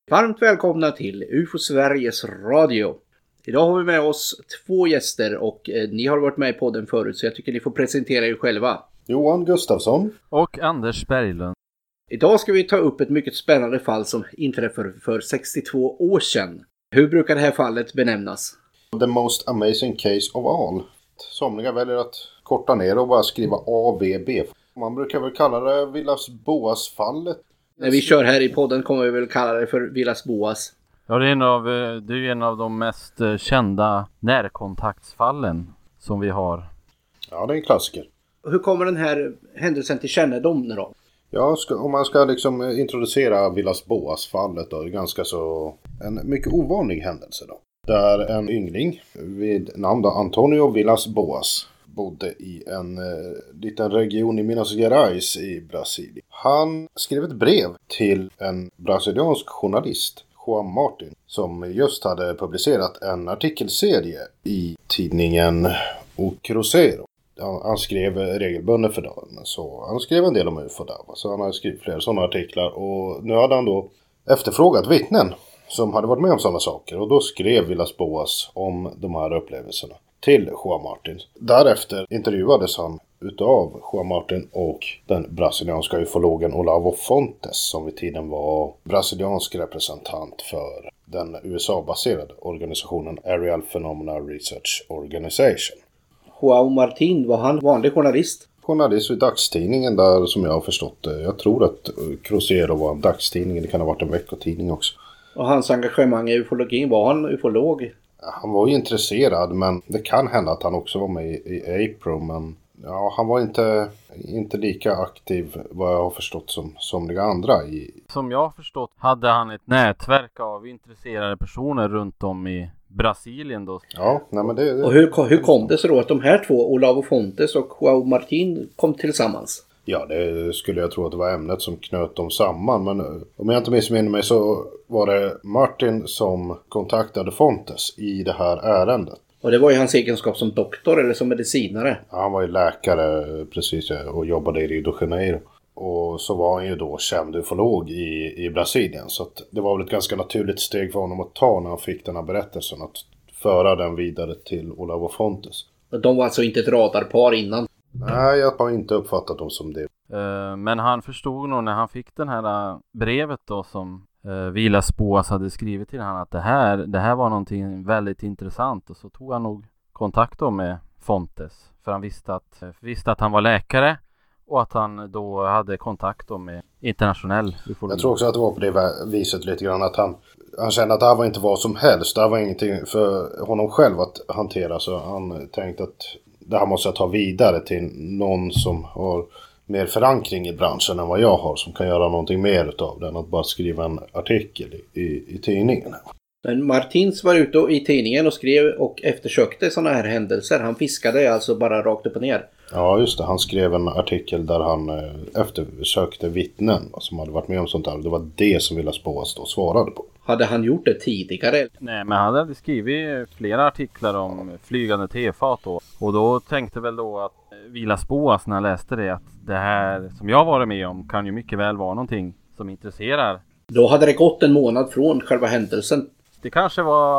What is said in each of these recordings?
Varmt välkomna till UFO Sveriges Radio. Idag har vi med oss 2 gäster och ni har varit med i podden förut så jag tycker ni får presentera er själva. Johan Gustafsson och Anders Berglund. Idag ska vi ta upp ett mycket spännande fall som inträffade för 62 år sedan. Hur brukar det här fallet benämnas? The most amazing case of all. Somliga väljer att korta ner och bara skriva AVB. Man brukar väl kalla det Villas-Boas-fallet. När vi kör här i podden kommer vi väl kalla det för Villas-Boas. Ja, det är en av de mest kända närkontaktsfallen som vi har. Ja, det är en klassiker. Hur kommer den här händelsen till kännedom då? Ja, om man ska liksom introducera Villas-Boas-fallet då, det är ganska så en mycket ovanlig händelse då. Där en yngling vid namn då Antonio Villas-Boas bodde i en liten region i Minas Gerais i Brasilien. Han skrev ett brev till en brasiliansk journalist, Juan Martin, som just hade publicerat en artikelserie i tidningen O Cruzeiro. Han skrev regelbundet för dagen, så han skrev en del om UFO där. Så han hade skrivit flera sådana artiklar och nu hade han då efterfrågat vittnen som hade varit med om sådana saker. Och då skrev Villas-Boas om de här upplevelserna till Juan Martin. Därefter intervjuades han utav Juan Martin och den brasilianska ufologen Olavo Fontes som vid tiden var brasiliansk representant för den USA-baserade organisationen Aerial Phenomena Research Organization. Juan Martin, var han vanlig journalist? Journalist vid dagstidningen där som jag har förstått det. Jag tror att Cruzeiro var en dagstidning, det kan ha varit en veckotidning också. Och hans engagemang i ufologin, var han ufolog? Han var ju intresserad, men det kan hända att han också var med i APRO, men ja, han var inte lika aktiv vad jag har förstått som somliga andra. Som jag har förstått hade han ett nätverk av intresserade personer runt om i Brasilien då. Ja, nej men det... Och hur kom det sig då att de här två, Olavo Fontes och Juan Martin, kom tillsammans? Ja, det skulle jag tro att det var ämnet som knöt dem samman. Men om jag inte missminner mig så var det Martin som kontaktade Fontes i det här ärendet. Och det var ju hans egenskap som doktor eller som medicinare. Ja, han var ju läkare precis och jobbade i Rio de Janeiro. Och så var han ju då känd ufolog i Brasilien. Så att det var väl ett ganska naturligt steg för honom att ta när han fick den här berättelsen. Att föra den vidare till Olavo Fontes. De var alltså inte ett radarpar innan? Nej, jag har inte uppfattat dem som det. Men han förstod nog när han fick den här brevet då som Villas-Boas hade skrivit till honom att det här var någonting väldigt intressant. Och så tog han nog kontakt då med Fontes. För han visste att han var läkare och att han då hade kontakt då med internationell ufologi. Jag tror också att det var på det viset lite grann att han kände att det här var inte vad som helst. Det här var ingenting för honom själv att hantera, så han tänkte att det här måste jag ta vidare till någon som har mer förankring i branschen än vad jag har, som kan göra någonting mer utav det än att bara skriva en artikel i tidningen. Men Martins var ute i tidningen och skrev och eftersökte sådana här händelser. Han fiskade alltså bara rakt upp och ner. Ja, just det. Han skrev en artikel där han eftersökte vittnen som hade varit med om sånt här. Det var det som Villas-Boas då svarade på. Hade han gjort det tidigare? Nej, men han hade skrivit flera artiklar om flygande tefat då. Och då tänkte väl då att Villas-Boas när han läste det att det här som jag varit med om kan ju mycket väl vara någonting som intresserar. Då hade det gått en månad från själva händelsen. Det kanske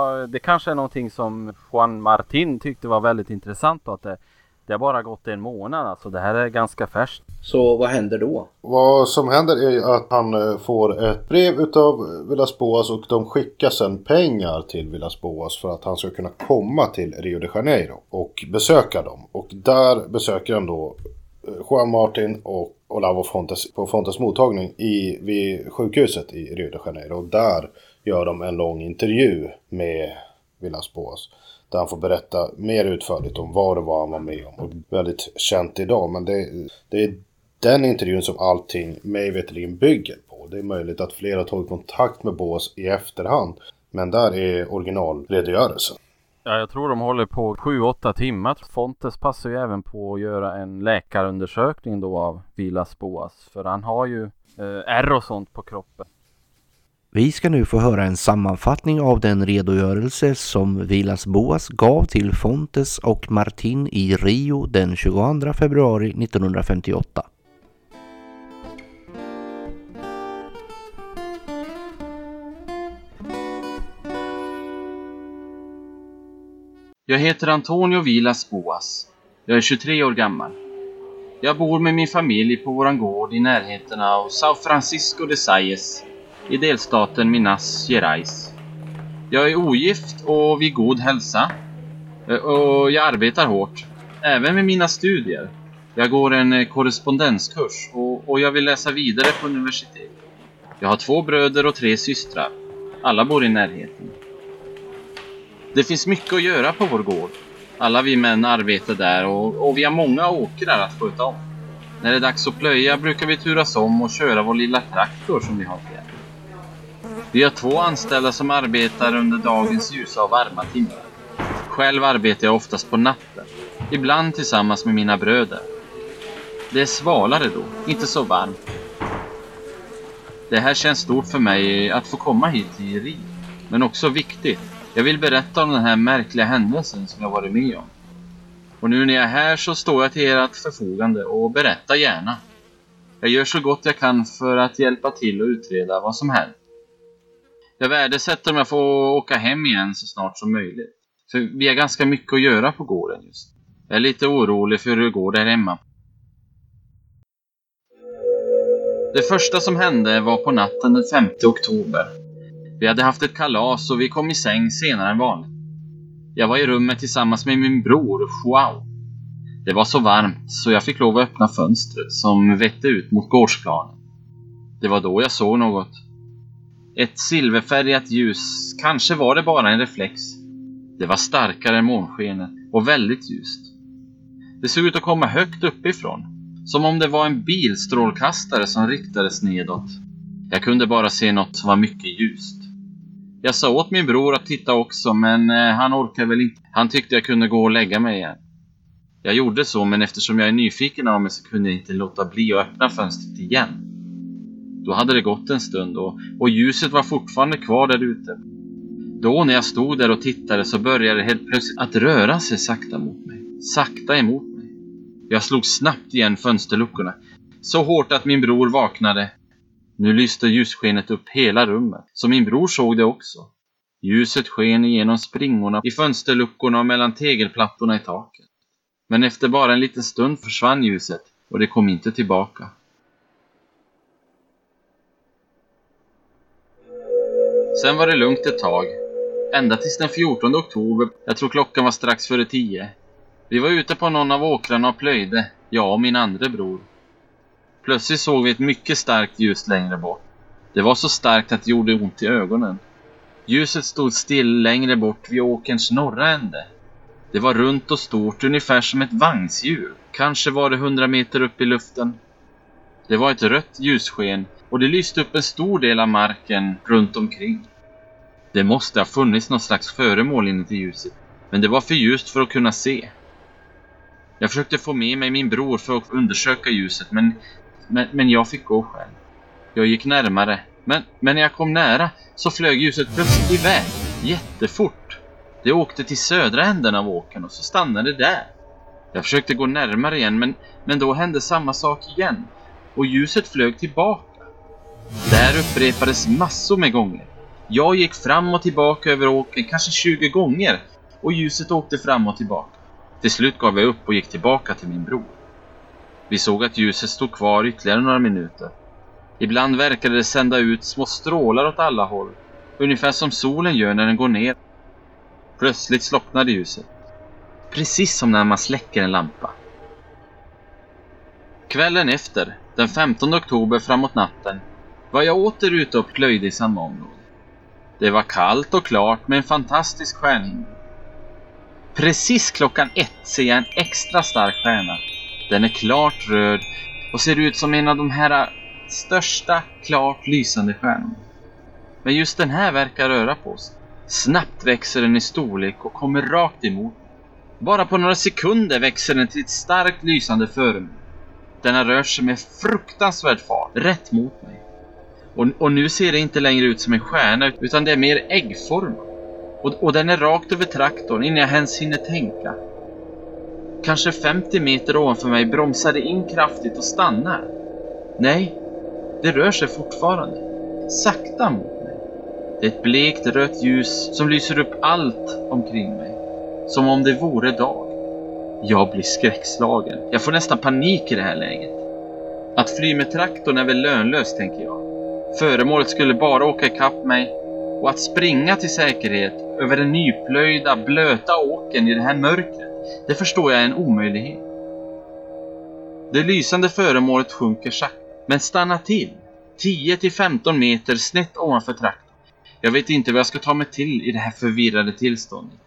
är någonting som Juan Martin tyckte var väldigt intressant och att det har bara gått en månad. Alltså det här är ganska färskt. Så vad händer då? Vad som händer är att han får ett brev utav Villas-Boas och de skickar sedan pengar till Villas-Boas för att han ska kunna komma till Rio de Janeiro och besöka dem. Och där besöker han då Juan Martin och Olavo Fontes på Fontes mottagning vid sjukhuset i Rio de Janeiro. Och där gör de en lång intervju med Villas-Boas. Där han får berätta mer utförligt om vad det var han var med om. Och väldigt känt idag. Men det är den intervjun som allting mig veterligen bygger på. Det är möjligt att flera har tagit kontakt med Boas i efterhand. Men där är originalredogörelsen. Ja, jag tror de håller på 7-8 timmar. Fontes passar ju även på att göra en läkarundersökning då av Villas-Boas. För han har ju ärr och sånt på kroppen. Vi ska nu få höra en sammanfattning av den redogörelse som Villas-Boas gav till Fontes och Martin i Rio den 22 februari 1958. Jag heter Antonio Vilas Boas. Jag är 23 år gammal. Jag bor med min familj på våran gård i närheten av São Francisco de Sales i delstaten Minas Gerais. Jag är ogift och vid god hälsa. Och jag arbetar hårt. Även med mina studier. Jag går en korrespondenskurs och jag vill läsa vidare på universitet. Jag har 2 bröder och 3 systrar. Alla bor i närheten. Det finns mycket att göra på vår gård. Alla vi män arbetar där och vi har många åkrar att sköta om. När det är dags att plöja brukar vi turas om och köra vår lilla traktor som vi har till. Vi har 2 anställda som arbetar under dagens ljusa och varma timmar. Själv arbetar jag oftast på natten. Ibland tillsammans med mina bröder. Det är svalare då, inte så varmt. Det här känns stort för mig att få komma hit till Rio. Men också viktigt. Jag vill berätta om den här märkliga händelsen som jag varit med om. Och nu när jag är här så står jag till ert förfogande och berättar gärna. Jag gör så gott jag kan för att hjälpa till och utreda vad som hänt. Jag värdesätter om jag får åka hem igen så snart som möjligt. För vi har ganska mycket att göra på gården just. Jag är lite orolig för hur det går där hemma. Det första som hände var på natten den 5 oktober. Vi hade haft ett kalas och vi kom i säng senare än vanligt. Jag var i rummet tillsammans med min bror, Joao. Det var så varmt så jag fick lov att öppna fönstret som vette ut mot gårdsplanen. Det var då jag såg något. Ett silverfärgat ljus, kanske var det bara en reflex. Det var starkare än månskenet och väldigt ljust. Det såg ut att komma högt uppifrån, som om det var en bilstrålkastare som riktades nedåt. Jag kunde bara se något som var mycket ljust. Jag sa åt min bror att titta också, men han orkade väl inte. Han tyckte jag kunde gå och lägga mig igen. Jag gjorde så, men eftersom jag är nyfiken av mig så kunde jag inte låta bli att öppna fönstret igen. Då hade det gått en stund och ljuset var fortfarande kvar där ute. Då när jag stod där och tittade så började det helt plötsligt att röra sig sakta mot mig. Sakta emot mig. Jag slog snabbt igen fönsterluckorna. Så hårt att min bror vaknade. Nu lyste ljusskenet upp hela rummet. Så min bror såg det också. Ljuset sken igenom springorna i fönsterluckorna och mellan tegelplattorna i taket. Men efter bara en liten stund försvann ljuset och det kom inte tillbaka. Sen var det lugnt ett tag. Ända tills den 14 oktober. Jag tror klockan var strax före 10. Vi var ute på någon av åkrarna och plöjde. Jag och min andra bror. Plötsligt såg vi ett mycket starkt ljus längre bort. Det var så starkt att det gjorde ont i ögonen. Ljuset stod still längre bort vid åkerns norra ände. Det var runt och stort, ungefär som ett vagnshjul. Kanske var det 100 meter upp i luften. Det var ett rött ljussken och det lyste upp en stor del av marken runt omkring. Det måste ha funnits något slags föremål inuti ljuset, men det var för ljust för att kunna se. Jag försökte få med mig min bror för att undersöka ljuset, men jag fick gå själv. Jag gick närmare, men när jag kom nära så flög ljuset plötsligt iväg, jättefort. Det åkte till södra änden av åkern och så stannade det där. Jag försökte gå närmare igen, men då hände samma sak igen. Och ljuset flög tillbaka. Där upprepades massor med gånger. Jag gick fram och tillbaka över åkern, kanske 20 gånger. Och ljuset åkte fram och tillbaka. Till slut gav jag upp och gick tillbaka till min bror. Vi såg att ljuset stod kvar ytterligare några minuter. Ibland verkade det sända ut små strålar åt alla håll. Ungefär som solen gör när den går ner. Plötsligt slocknade ljuset. Precis som när man släcker en lampa. Kvällen efter, den 15 oktober framåt natten, var jag åter ute och plöjde i samma område. Det var kallt och klart med en fantastisk stjärnhimmel. Precis klockan 1 ser jag en extra stark stjärna. Den är klart röd och ser ut som en av de här största klart lysande stjärnorna. Men just den här verkar röra på sig. Snabbt växer den i storlek och kommer rakt emot. Bara på några sekunder växer den till ett starkt lysande föremål. Den har rört sig med fruktansvärd fart rätt mot mig. Och nu ser det inte längre ut som en stjärna utan det är mer äggformat. Och den är rakt över traktorn innan jag ens hinner tänka. Kanske 50 meter ovanför mig bromsar det in kraftigt och stannar. Nej, det rör sig fortfarande. Sakta mot mig. Det är ett blekt rött ljus som lyser upp allt omkring mig. som om det vore dag. Jag blir skräckslagen. Jag får nästan panik i det här läget. Att fly med traktorn är väl lönlöst, tänker jag. Föremålet skulle bara åka ikapp mig, och att springa till säkerhet över den nyplöjda, blöta åken i det här mörkret, det förstår jag är en omöjlighet. Det lysande föremålet sjunker sakta, men stannar till 10-15 meter snett ovanför traktorn. Jag vet inte vad jag ska ta mig till i det här förvirrade tillståndet.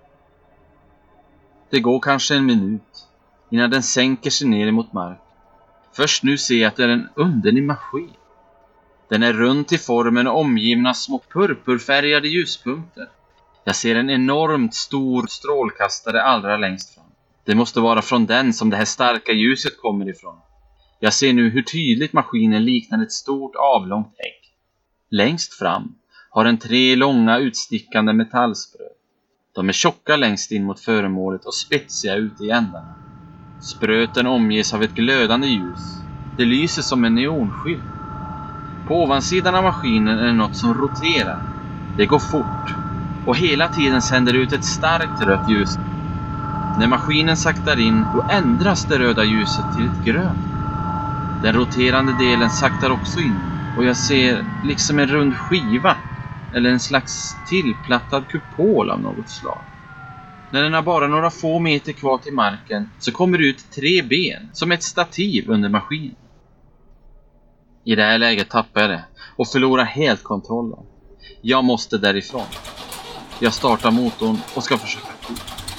Det går kanske en minut innan den sänker sig ner mot mark. Först nu ser jag att det är en underlig maskin. Den är rund till formen och omgiven av små purpurfärgade ljuspunkter. Jag ser en enormt stor strålkastare allra längst fram. Det måste vara från den som det här starka ljuset kommer ifrån. Jag ser nu hur tydligt maskinen liknar ett stort avlångt ägg. Längst fram har den 3 långa utstickande metallspröt. De är tjocka längst in mot föremålet och spetsiga ute i ändarna. Spröten omges av ett glödande ljus. Det lyser som en neonskylt. På ovansidan av maskinen är det något som roterar. Det går fort och hela tiden sänder ut ett starkt rött ljus. När maskinen saktar in, då ändras det röda ljuset till ett grönt. Den roterande delen saktar också in och jag ser liksom en rund skiva eller en slags tillplattad kupol av något slag. När den har bara några få meter kvar till marken så kommer det ut 3 ben som ett stativ under maskinen. I det här läget tappar jag det och förlorar helt kontrollen. Jag måste därifrån. Jag startar motorn och ska försöka fly.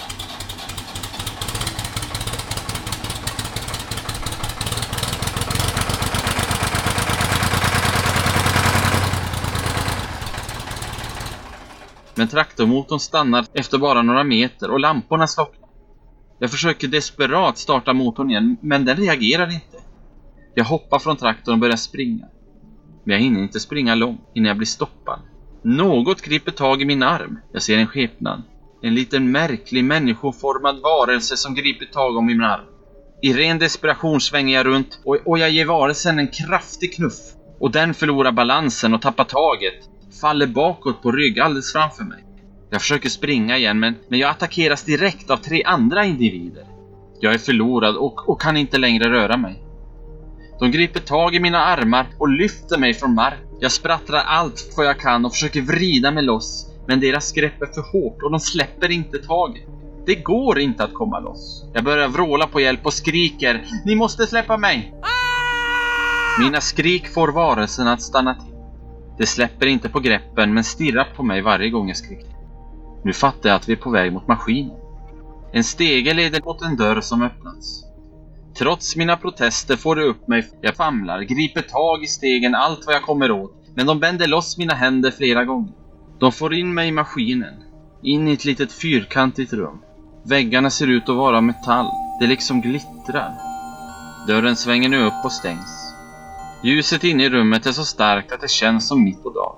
Men traktormotorn stannar efter bara några meter och lamporna slocknar. Jag försöker desperat starta motorn igen, men den reagerar inte. Jag hoppar från traktorn och börjar springa. Men jag hinner inte springa långt innan jag blir stoppad. Något griper tag i min arm. Jag ser en skepnad. En liten märklig människoformad varelse som griper tag om min arm. I ren desperation svänger jag runt och jag ger varelsen en kraftig knuff. Och den förlorar balansen och tappar taget. Faller bakåt på rygg alldeles framför mig. Jag försöker springa igen men jag attackeras direkt av 3 andra individer. Jag är förlorad och kan inte längre röra mig. De griper tag i mina armar och lyfter mig från mark. Jag sprattrar allt vad jag kan och försöker vrida mig loss. Men deras grepp är för hårt och de släpper inte taget. Det går inte att komma loss. Jag börjar vråla på hjälp och skriker: "Ni måste släppa mig!" Mina skrik får varelsen att stanna till. Det släpper inte på greppen men stirrar på mig varje gång jag skriker. Nu fattar jag att vi är på väg mot maskinen. En stege leder mot en dörr som öppnats. Trots mina protester får det upp mig. Jag famlar, griper tag i stegen allt vad jag kommer åt. Men de bänder loss mina händer flera gånger. De får in mig i maskinen. In i ett litet fyrkantigt rum. Väggarna ser ut att vara metall. Det liksom glittrar. Dörren svänger nu upp och stängs. Ljuset inne i rummet är så starkt att det känns som mitt på dagen.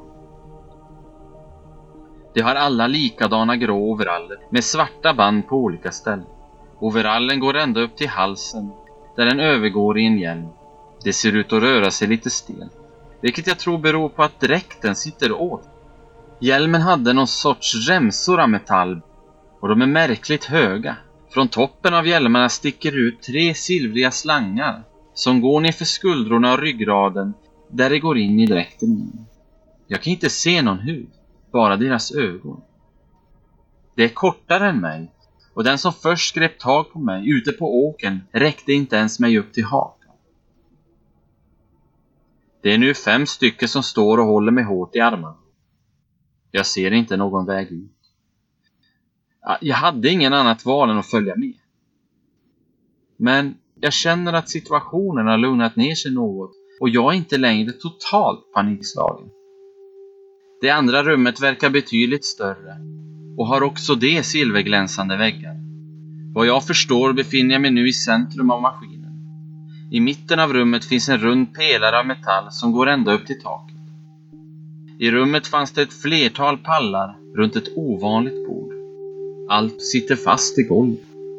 De har alla likadana grå overaller med svarta band på olika ställen. Overallen går ända upp till halsen där den övergår i en hjälm. Det ser ut att röra sig lite stel, vilket jag tror beror på att dräkten sitter åt. Hjälmen hade någon sorts remsor av metall och de är märkligt höga. Från toppen av hjälmarna sticker ut 3 silvriga slangar som går ner för skuldrorna och ryggraden där det går in i dräkten. Jag kan inte se någon hud, bara deras ögon. Det är kortare än mig och den som först grep tag på mig ute på åken räckte inte ens mig upp till hakan. Det är nu 5 stycken som står och håller mig hårt i armarna. Jag ser inte någon väg ut. Jag hade ingen annat val än att följa med. Men jag känner att situationen har lugnat ner sig något och jag är inte längre totalt panikslagen. Det andra rummet verkar betydligt större och har också det silverglänsande väggar. Vad jag förstår befinner jag mig nu i centrum av maskinen. I mitten av rummet finns en rund pelare av metall som går ända upp till taket. I rummet fanns det ett flertal pallar runt ett ovanligt bord. Allt sitter fast i golvet.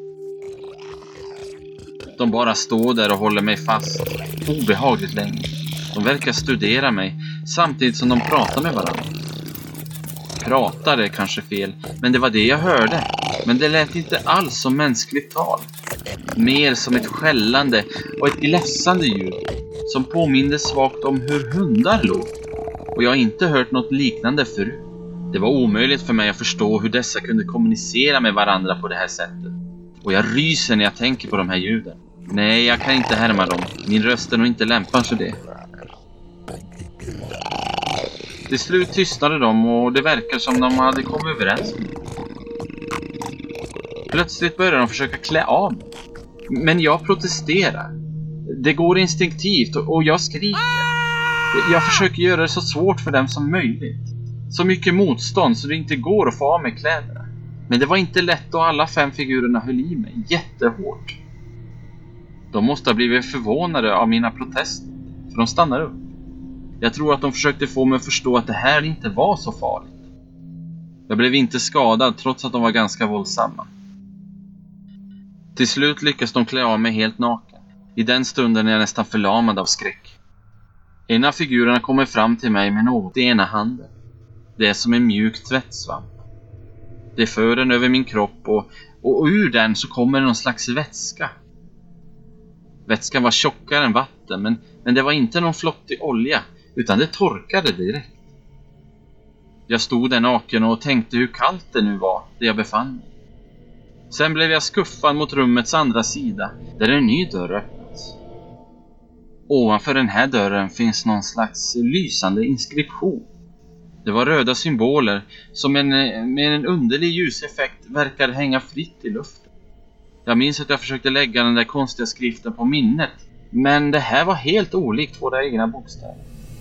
De bara står där och håller mig fast, obehagligt länge. De verkar studera mig samtidigt som de pratar med varandra. Pratade kanske fel, men det var det jag hörde. Men det lät inte alls som mänskligt tal. Mer som ett skällande och ett gläfsande ljud som påminde svagt om hur hundar låg. Och jag har inte hört något liknande förut. Det var omöjligt för mig att förstå hur dessa kunde kommunicera med varandra på det här sättet. Och jag ryser när jag tänker på de här ljuden. Nej, jag kan inte härma dem. Min röst är nog inte lämpad för det. Till slut tystnade de och det verkar som de hade kommit överens. Plötsligt började de försöka klä av mig. Men jag protesterar. Det går instinktivt och jag skriker. Jag försöker göra det så svårt för dem som möjligt. Så mycket motstånd så det inte går att få av mig kläderna. Men det var inte lätt och alla 5 figurerna höll i mig jättehårt. De måste ha blivit förvånade av mina protester. För de stannade upp. Jag tror att de försökte få mig att förstå att det här inte var så farligt. Jag blev inte skadad trots att de var ganska våldsamma. Till slut lyckas de klä av mig helt naken. I den stunden är jag nästan förlamad av skräck. En av figurerna kommer fram till mig med något i ena handen. Det är som en mjuk tvättsvamp. Det för den över min kropp och ur den så kommer någon slags vätska. Vätskan var tjockare än vatten men det var inte någon flottig olja utan det torkade direkt. Jag stod där naken och tänkte hur kallt det nu var där jag befann mig. Sen blev jag skuffad mot rummets andra sida där en ny dörr öppnats. Ovanför den här dörren finns någon slags lysande inskription. Det var röda symboler som med en underlig ljuseffekt verkade hänga fritt i luften. Jag minns att jag försökte lägga den där konstiga skriften på minnet. Men det här var helt olikt våra egna bokstäver.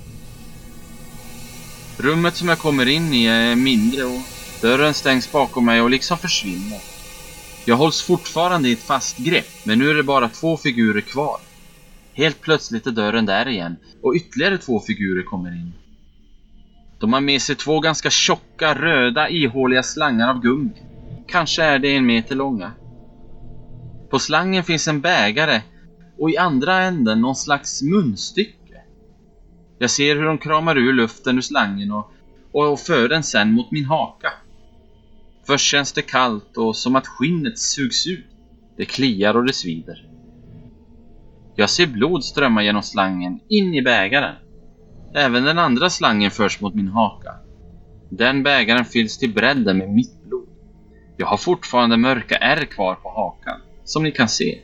Rummet som jag kommer in i är mindre och dörren stängs bakom mig och liksom försvinner. Jag hålls fortfarande i ett fast grepp, men nu är det bara 2 figurer kvar. Helt plötsligt är dörren där igen och ytterligare 2 figurer kommer in. De har med sig 2 ganska tjocka, röda, ihåliga slangar av gummi. Kanske är det 1 meter långa. På slangen finns en bägare och i andra änden någon slags munstycke. Jag ser hur de kramar ur luften ur slangen och för den sen mot min haka. Först känns det kallt och som att skinnet sugs ut. Det kliar och det svider. Jag ser blod strömma genom slangen in i bägaren. Även den andra slangen förs mot min haka. Den bägaren fylls till bredden med mitt blod. Jag har fortfarande mörka ärr kvar på hakan, som ni kan se.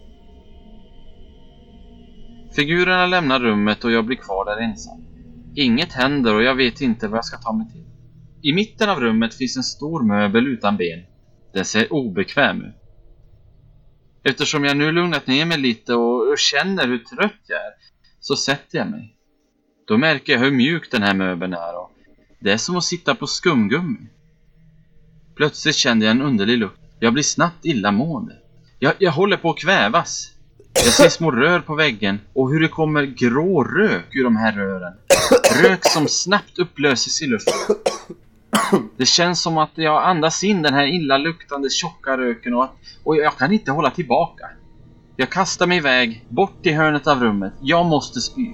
Figurerna lämnar rummet och jag blir kvar där ensam. Inget händer och jag vet inte vad jag ska ta mig till. I mitten av rummet finns en stor möbel utan ben. Den ser obekväm ut. Eftersom jag nu lugnat ner mig lite och känner hur trött jag är, så sätter jag mig. Då märker jag hur mjuk den här möbeln är och det är som att sitta på skumgummi. Plötsligt kände jag en underlig lukt. Jag blir snabbt illamående. Jag håller på att kvävas. Jag ser små rör på väggen och hur det kommer grå rök ur de här rören. Rök som snabbt upplöses i luften. Det känns som att jag andas in den här illaluktande tjocka röken och jag kan inte hålla tillbaka. Jag kastar mig iväg, bort till hörnet av rummet. Jag måste spy.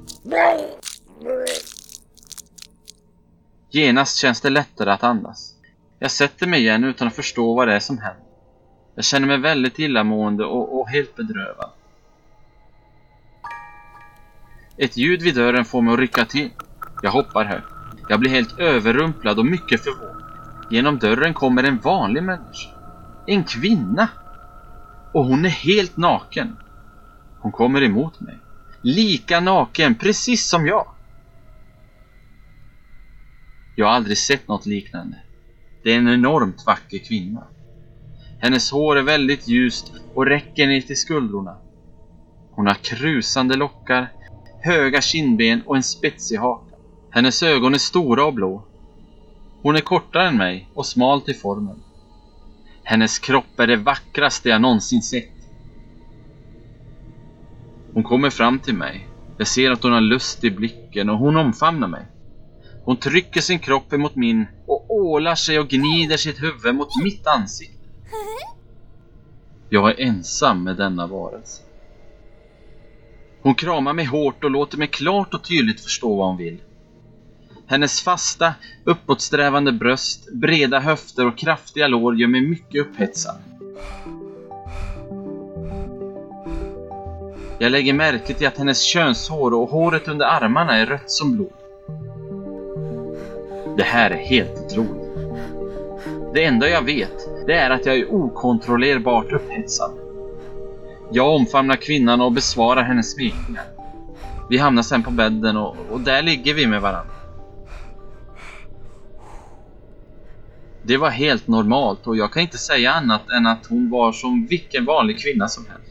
Genast känns det lättare att andas. Jag sätter mig igen utan att förstå vad det är som händer. Jag känner mig väldigt illamående och helt bedrövad. Ett ljud vid dörren får mig att rycka till. Jag hoppar högt. Jag blir helt överrumplad och mycket förvånad. Genom dörren kommer en vanlig människa. En kvinna. Och hon är helt naken. Hon kommer emot mig. Lika naken, precis som jag. Jag har aldrig sett något liknande. Det är en enormt vacker kvinna. Hennes hår är väldigt ljust och räcker ner till skuldrorna. Hon har krusande lockar, höga kindben och en spetsig haka. Hennes ögon är stora och blå. Hon är kortare än mig och smal till formen. Hennes kropp är det vackraste jag någonsin sett. Hon kommer fram till mig. Jag ser att hon har lust i blicken och hon omfamnar mig. Hon trycker sin kropp emot min och ålar sig och gnider sitt huvud mot mitt ansikte. Jag är ensam med denna varelse. Hon kramar mig hårt och låter mig klart och tydligt förstå vad hon vill. Hennes fasta, uppåtsträvande bröst, breda höfter och kraftiga lår gör mig mycket upphetsad. Jag lägger märke till att hennes könshår och håret under armarna är rött som blod. Det här är helt otroligt. Det enda jag vet, det är att jag är okontrollerbart upphetsad. Jag omfamnar kvinnan och besvarar hennes smekningar. Vi hamnar sen på bädden och där ligger vi med varandra. Det var helt normalt och jag kan inte säga annat än att hon var som vilken vanlig kvinna som helst.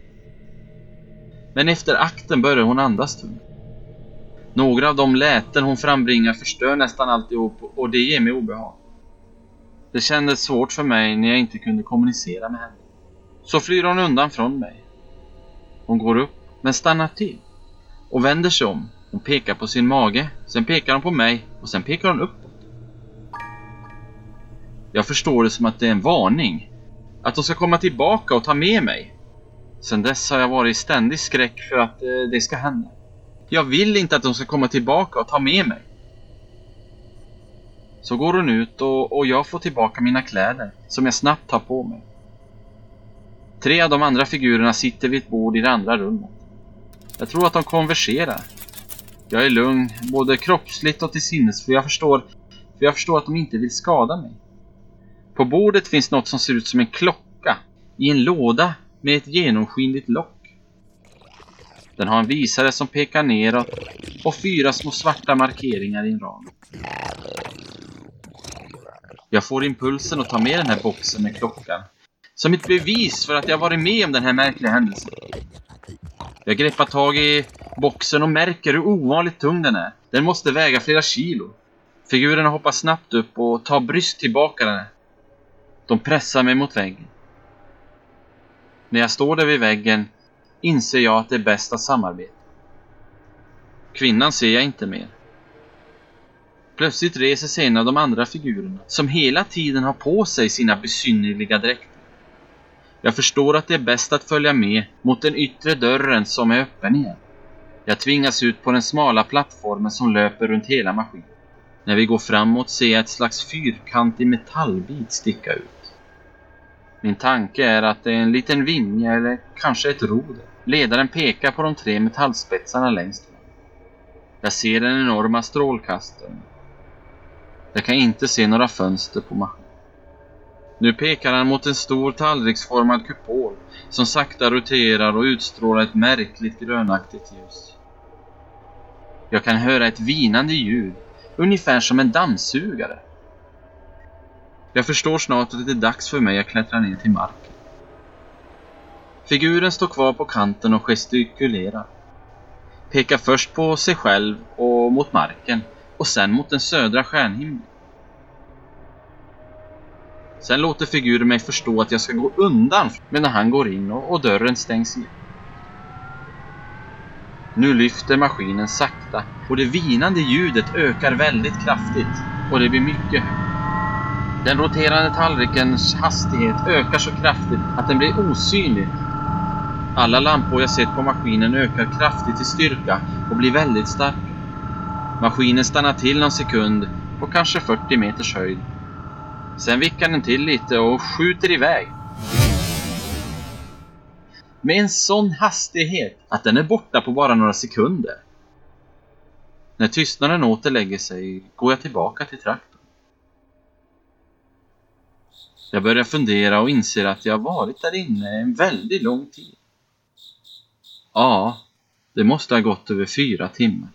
Men efter akten började hon andas tungt. Några av de läten hon frambringar förstör nästan alltihop och det ger mig obehag. Det kändes svårt för mig när jag inte kunde kommunicera med henne. Så flyr hon undan från mig. Hon går upp men stannar till och vänder sig om. Hon pekar på sin mage, sen pekar hon på mig och sen pekar hon uppåt. Jag förstår det som att det är en varning. Att hon ska komma tillbaka och ta med mig. Sen dess har jag varit i ständig skräck för att det ska hända. Jag vill inte att hon ska komma tillbaka och ta med mig. Så går hon ut och jag får tillbaka mina kläder som jag snabbt tar på mig. 3 av de andra figurerna sitter vid ett bord i det andra rummet. Jag tror att de konverserar. Jag är lugn, både kroppsligt och till sinnes, för jag förstår att de inte vill skada mig. På bordet finns något som ser ut som en klocka i en låda med ett genomskinligt lock. Den har en visare som pekar neråt och 4 små svarta markeringar i en ram. Jag får impulsen att ta med den här boxen med klockan som ett bevis för att jag varit med om den här märkliga händelsen. Jag greppar tag i boxen och märker hur ovanligt tung den är. Den måste väga flera kilo. Figurerna hoppar snabbt upp och tar bryskt tillbaka den. De pressar mig mot väggen. När jag står där vid väggen inser jag att det är bäst att samarbeta. Kvinnan ser jag inte mer. Plötsligt reser sig en av de andra figurerna som hela tiden har på sig sina besynnerliga dräkter. Jag förstår att det är bäst att följa med mot den yttre dörren som är öppen igen. Jag tvingas ut på den smala plattformen som löper runt hela maskinen. När vi går framåt ser jag ett slags fyrkantig metallbit sticka ut. Min tanke är att det är en liten vinge eller kanske ett roder. Ledaren pekar på de 3 metallspetsarna längst fram. Jag ser den enorma strålkastaren. Jag kan inte se några fönster på maskinen. Nu pekar han mot en stor tallriksformad kupol som sakta roterar och utstrålar ett märkligt grönaktigt ljus. Jag kan höra ett vinande ljud, ungefär som en dammsugare. Jag förstår snart att det är dags för mig att klättra ner till marken. Figuren står kvar på kanten och gestikulerar. Pekar först på sig själv och mot marken och sen mot den södra stjärnhimlen. Sen låter figuren mig förstå att jag ska gå undan medan han går in och dörren stängs igen. Nu lyfter maskinen sakta och det vinande ljudet ökar väldigt kraftigt och det blir mycket högt. Den roterande tallrikens hastighet ökar så kraftigt att den blir osynlig. Alla lampor jag sett på maskinen ökar kraftigt i styrka och blir väldigt starka. Maskinen stannar till någon sekund på kanske 40 meters höjd. Sen vickar den till lite och skjuter iväg. Med en sån hastighet att den är borta på bara några sekunder. När tystnaden åter lägger sig går jag tillbaka till traktorn. Jag börjar fundera och inser att jag varit där inne en väldigt lång tid. Ja, det måste ha gått över 4 timmar.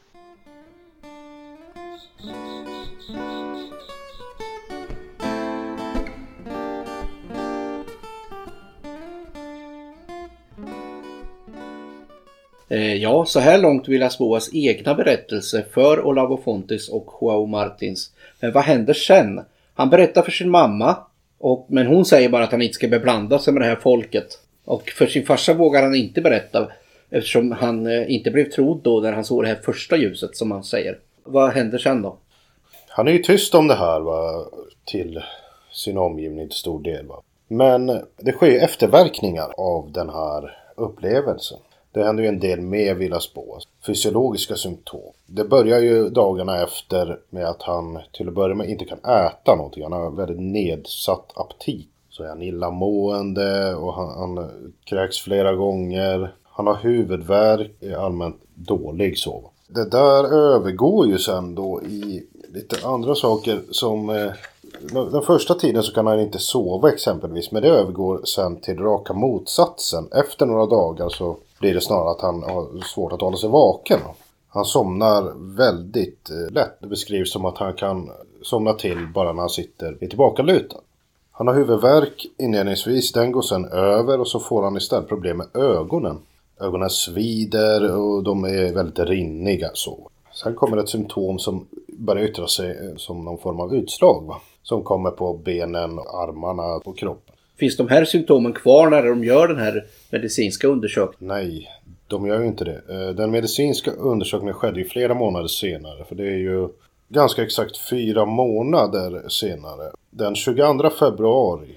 Ja, så här långt Vilas Boas egna berättelse för Olavo Fontes och Joao Martins. Men vad händer sen? Han berättar för sin mamma, men hon säger bara att han inte ska beblanda sig med det här folket. Och för sin farsa vågar han inte berätta eftersom han inte blev trodd då när han såg det här första ljuset som han säger. Vad händer sen då? Han är ju tyst om det här till sin omgivning till stor del. Men det sker ju efterverkningar av den här upplevelsen. Det händer ju en del med Villas-Boas fysiologiska symptom. Det börjar ju dagarna efter med att han till att börja med inte kan äta någonting. Han har väldigt nedsatt aptit. Så är han illamående och han kräks flera gånger. Han har huvudvärk, är allmänt dålig sov. Det där övergår ju sen då i lite andra saker som... Den första tiden så kan han inte sova exempelvis. Men det övergår sen till raka motsatsen. Efter några dagar så blir det snarare att han har svårt att hålla sig vaken. Han somnar väldigt lätt. Det beskrivs som att han kan somna till bara när han sitter i tillbakalutad. Han har huvudvärk inledningsvis. Den går sen över och så får han istället problem med ögonen. Ögonen svider och de är väldigt rinniga så. Sen kommer ett symptom som börjar yttra sig som någon form av utslag va? Som kommer på benen, armarna och kroppen. Finns de här symptomen kvar när de gör den här medicinska undersökningen? Nej, de gör ju inte det. Den medicinska undersökningen skedde ju flera månader senare. För det är ju ganska exakt 4 månader senare. Den 22 februari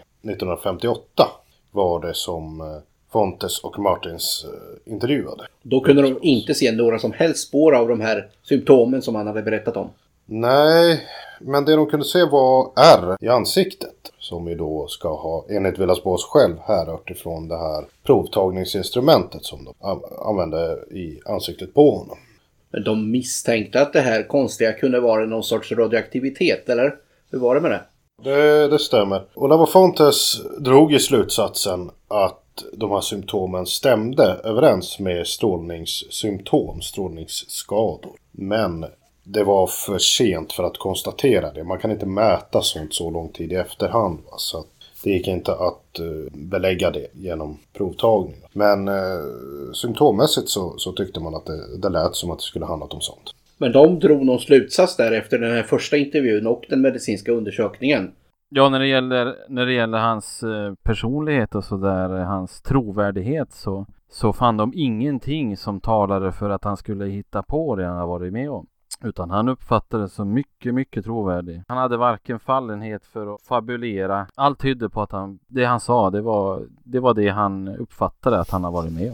1958 var det som Fontes och Martins intervjuade. Då kunde de inte se några som helst spår av de här symptomen som han hade berättat om. Nej, men det de kunde se var ärr i ansiktet. Som vi då ska ha, enligt Villas-Boas själv, härrört ifrån det här provtagningsinstrumentet som de använde i ansiktet på honom. Men de misstänkte att det här konstiga kunde vara någon sorts radioaktivitet, eller? Hur var det med det? Det stämmer. Och Olavo Fontes drog i slutsatsen att de här symptomen stämde överens med strålningssymptom, strålningsskador. Men det var för sent för att konstatera det. Man kan inte mäta sånt så lång tid i efterhand. Va? Så det gick inte att belägga det genom provtagning. Men symptommässigt så tyckte man att det lät som att det skulle handlat om sånt. Men de drog någon slutsats där efter den här första intervjun och den medicinska undersökningen. Ja, när det gäller hans personlighet och så där, hans trovärdighet så fann de ingenting som talade för att han skulle hitta på det han har varit med om. Utan han uppfattade det som mycket, mycket trovärdig. Han hade varken fallenhet för att fabulera. Allt tydde på att det han sa, det var det han uppfattade att han har varit med om.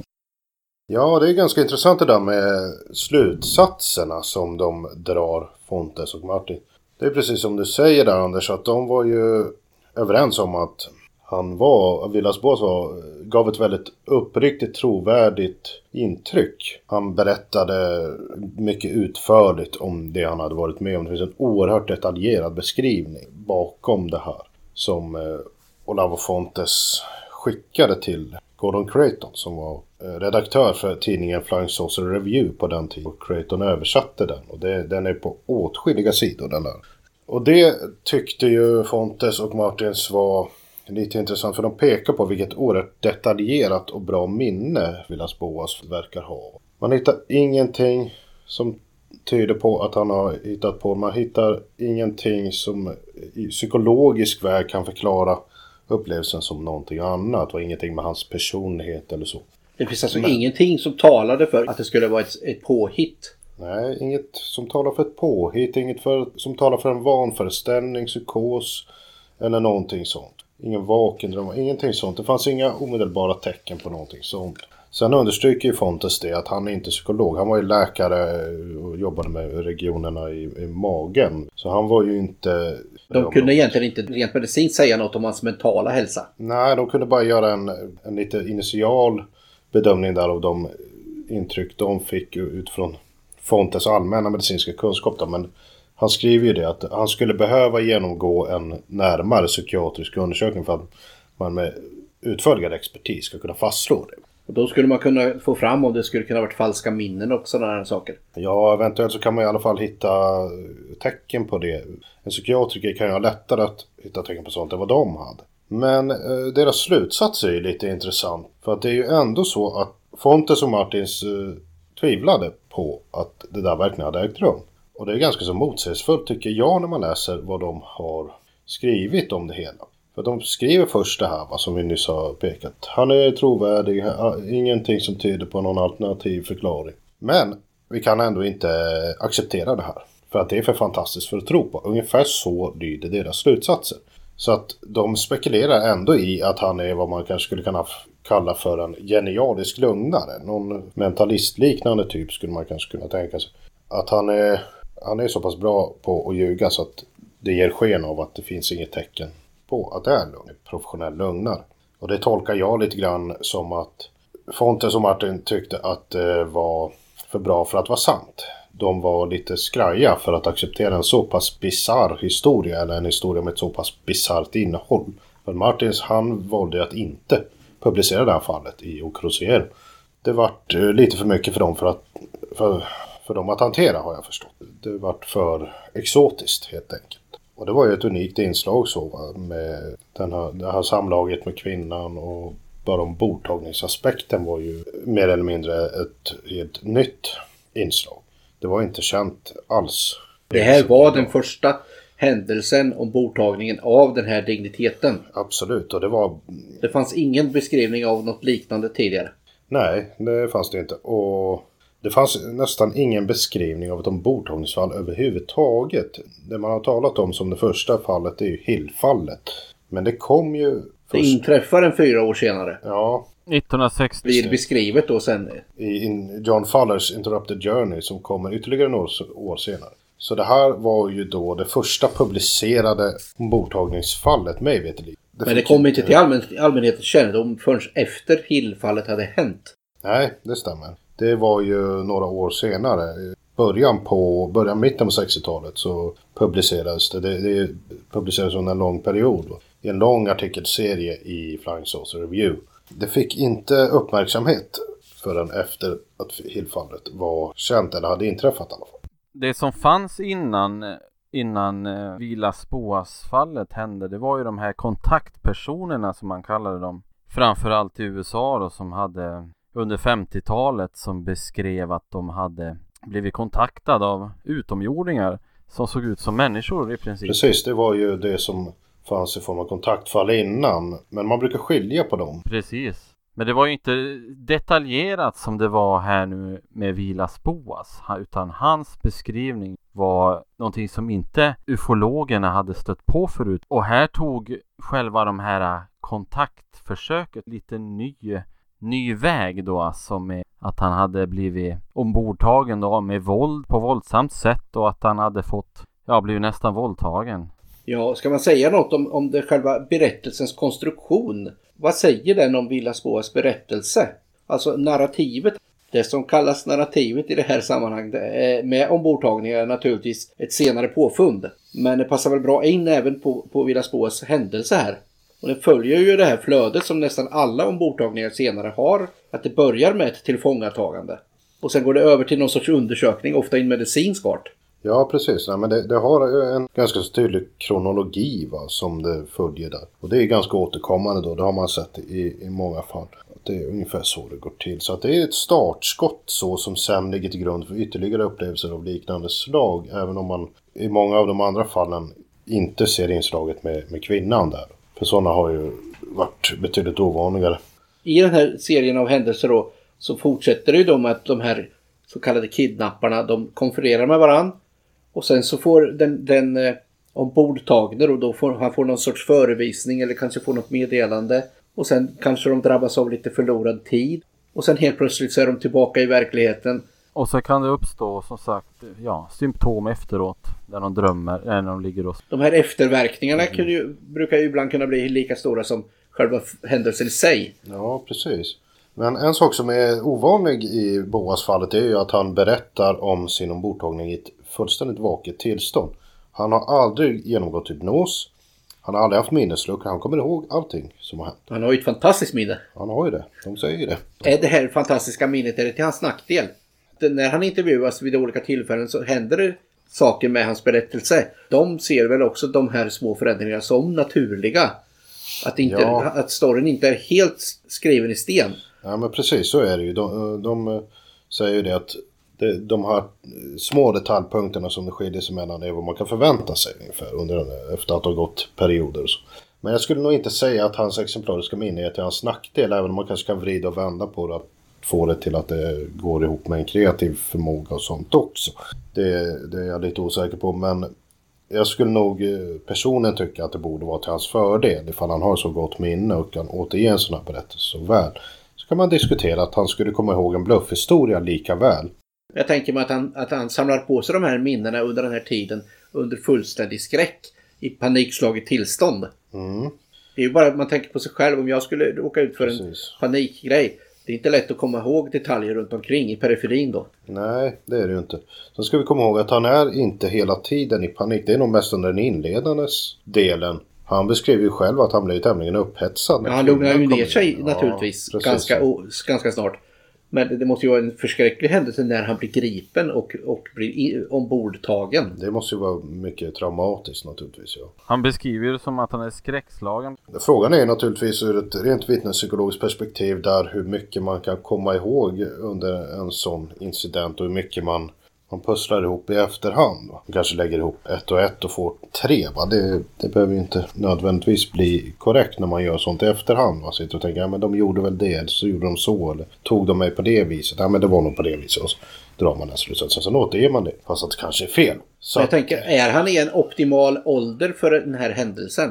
Ja, det är ganska intressant det där med slutsatserna som de drar, Fontes och Martin. Det är precis som du säger där, Anders, att de var ju överens om att Villas-Boas gav ett väldigt uppriktigt trovärdigt intryck. Han berättade mycket utförligt om det han hade varit med om. Det finns en oerhört detaljerad beskrivning bakom det här som Olavo Fontes skickade till Gordon Creighton som var redaktör för tidningen Flying Saucer Review på den tiden. Och Creighton översatte den och den är på åtskilliga sidor den där. Och det tyckte ju Fontes och Martins var lite intressant för de pekar på vilket oerhört detaljerat och bra minne Villas-Boas verkar ha. Man hittar ingenting som tyder på att han har hittat på. Man hittar ingenting som i psykologisk väg kan förklara upplevelsen som någonting annat. Och ingenting med hans personlighet eller så. Det finns alltså ingenting som talade för att det skulle vara ett påhitt. Nej, inget som talar för ett påhitt. Inget som talar för en vanföreställning, psykos eller någonting sånt. Ingen vaken dröm, ingenting sånt. Det fanns inga omedelbara tecken på någonting sånt. Sen understryker ju Fontes det att han är inte psykolog. Han var ju läkare och jobbade med regionerna i magen. Så han var ju inte... De kunde egentligen inte rent medicinskt säga något om hans mentala hälsa. Nej, de kunde bara göra en lite initial bedömning där av de intryck de fick utifrån Fontes allmänna medicinska kunskap. Men han skriver ju det att han skulle behöva genomgå en närmare psykiatrisk undersökning för att man med utförligare expertis ska kunna fastslå det. Och då skulle man kunna få fram om det skulle kunna varit falska minnen och sådana här saker. Ja, eventuellt så kan man i alla fall hitta tecken på det. En psykiatriker kan ju ha lättare att hitta tecken på sånt än vad de hade. Men deras slutsats är ju lite intressant. För att det är ju ändå så att Fontes och Martins tvivlade på att det där verkligen hade ägt rum. Och det är ganska så motsägelsefullt tycker jag när man läser vad de har skrivit om det hela. För de skriver först det här som vi nyss har pekat. Han är trovärdig, ingenting som tyder på någon alternativ förklaring. Men vi kan ändå inte acceptera det här. För att det är för fantastiskt för att tro på. Ungefär så lyder deras slutsatser. Så att de spekulerar ändå i att han är vad man kanske skulle kunna kalla för en genialisk lögnare. Någon mentalistliknande typ skulle man kanske kunna tänka sig. Att han är så pass bra på att ljuga så att det ger sken av att det finns inget tecken på att det är en professionell lögnare. Och det tolkar jag lite grann som att Fontes och Martin tyckte att det var för bra för att vara sant. De var lite skraja för att acceptera en så pass bizarr historia, eller en historia med ett så pass bizarrt innehåll. För Martins, han valde att inte publicera det här fallet i Ocrosier. Det vart lite för mycket för dem för dem att hantera, har jag förstått. Det vart för exotiskt helt enkelt. Och det var ju ett unikt inslag så, va? Med det här samlaget med kvinnan, och bara ombordtagningsaspekten var ju mer eller mindre ett helt nytt inslag. Det var inte känt alls. Det här var den första händelsen om bordtagningen av den här digniteten. Absolut, och det fanns ingen beskrivning av något liknande tidigare. Nej, det fanns det inte. Och det fanns nästan ingen beskrivning av ett ombordtagningsfall överhuvudtaget. Det man har talat om som det första fallet är ju Hill-fallet. Men det kom ju det inträffar en 4 år senare. Ja. 1960. Blir bescrivet då sen. I John Fullers Interrupted Journey som kommer ytterligare några år senare. Så det här var ju då det första publicerade ombordtagningsfallet mig veterligen. Men det kom inte till allmänhetens kännedom förrän efter Hill-fallet hade hänt. Nej, det stämmer. Det var ju några år senare. Mitten på 60-talet så publicerades det. Det publicerades under en lång period. I en lång artikelserie i Flying Saucer Review. Det fick inte uppmärksamhet förrän efter att Hill-fallet var känt eller hade inträffat i alla fall. Det som fanns innan Vilas Boas-fallet hände, det var ju de här kontaktpersonerna som man kallade dem. Framförallt i USA då, som hade under 50-talet som beskrev att de hade blivit kontaktade av utomjordingar som såg ut som människor i princip. Precis, det var ju det som fanns i form av kontaktfall innan. Men man brukar skilja på dem. Precis. Men det var ju inte detaljerat som det var här nu med Vilas Boas. Utan hans beskrivning var någonting som inte ufologerna hade stött på förut. Och här tog själva de här kontaktförsöket lite ny väg då. Alltså med att han hade blivit ombordtagen då med våld på våldsamt sätt. Och att han hade blivit nästan våldtagen. Ja, ska man säga något om det själva berättelsens konstruktion? Vad säger den om Vilas Boas berättelse? Alltså narrativet, det som kallas narrativet i det här sammanhanget med ombordtagningar är naturligtvis ett senare påfund. Men det passar väl bra in även på Vilas Boas händelse här. Och det följer ju det här flödet som nästan alla ombordtagningar senare har. Att det börjar med ett tillfångatagande. Och sen går det över till någon sorts undersökning, ofta i en medicinsk art. Ja, precis. Nej, men det har en ganska tydlig kronologi som det följer där. Och det är ganska återkommande då. Det har man sett i många fall. Det är ungefär så det går till. Så att det är ett startskott så som sen ligger till grund för ytterligare upplevelser av liknande slag. Även om man i många av de andra fallen inte ser inslaget med kvinnan där. För sådana har ju varit betydligt ovanligare. I den här serien av händelser då så fortsätter det ju då med att de här så kallade kidnapparna, de konfererar med varann. Och sen så får den ombordtagne och då han får någon sorts förevisning eller kanske får något meddelande. Och sen kanske de drabbas av lite förlorad tid. Och sen helt plötsligt så är de tillbaka i verkligheten. Och så kan det uppstå som sagt symptom efteråt där de drömmer när de ligger och... De här efterverkningarna brukar ju ibland kunna bli lika stora som själva händelsen i sig. Ja, precis. Men en sak som är ovanlig i Boas-fallet är ju att han berättar om sin ombordtagning i ett fullständigt vaket tillstånd. Han har aldrig genomgått hypnos. Han har aldrig haft minnesluckor. Han kommer ihåg allting som har hänt. Han har ju ett fantastiskt minne. Han har ju det. De säger ju det. Är det här fantastiska minnet, är det till hans nackdel? När han intervjuas vid olika tillfällen så händer det saker med hans berättelse. De ser väl också de här små förändringarna som naturliga. Att storyn inte är helt skriven i sten. Ja, men precis så är det ju. De säger ju det att de här små detaljpunkterna som det skiljer sig mellan är vad man kan förvänta sig ungefär efter att ha gått perioder och så. Men jag skulle nog inte säga att hans exemplariska minne är till hans nackdel, även om man kanske kan vrida och vända på det att få det till att det går ihop med en kreativ förmåga och sånt också. Det är jag lite osäker på, men Jag skulle nog personen tycka att det borde vara till hans fördel ifall han har så gott minne och kan återge en sån här berättelse så väl. Så kan man diskutera att han skulle komma ihåg en bluffhistoria lika väl. Jag tänker mig att han samlar på sig de här minnena under den här tiden under fullständig skräck i panikslaget tillstånd. Mm. Det är ju bara att man tänker på sig själv. Om jag skulle råka ut för en panikgrej, det är inte lätt att komma ihåg detaljer runt omkring i periferin då. Nej, det är det ju inte. Sen ska vi komma ihåg att han är inte hela tiden i panik. Det är nog mest under den inledande delen. Han beskriver ju själv att han blev tämligen upphetsad. Men han lugnar ju ner sig naturligtvis ganska snart. Men det måste ju vara en förskräcklig händelse när han blir gripen och blir ombordtagen. Det måste ju vara mycket traumatiskt naturligtvis, ja. Han beskriver det som att han är skräckslagen. Frågan är naturligtvis ur ett rent vittnespsykologiskt perspektiv där hur mycket man kan komma ihåg under en sån incident och hur mycket man pusslar ihop i efterhand. Man kanske lägger ihop 1 och 1 och får 3. Va? Det behöver ju inte nödvändigtvis bli korrekt när man gör sånt i efterhand. Man sitter och tänker, ja men de gjorde väl det, eller så gjorde de så, eller tog de mig på det viset. Ja men det var nog på det viset. Och så drar man den slutsatsen, sen återger man det. Fast att det kanske är fel. Så jag tänker, är han i en optimal ålder för den här händelsen?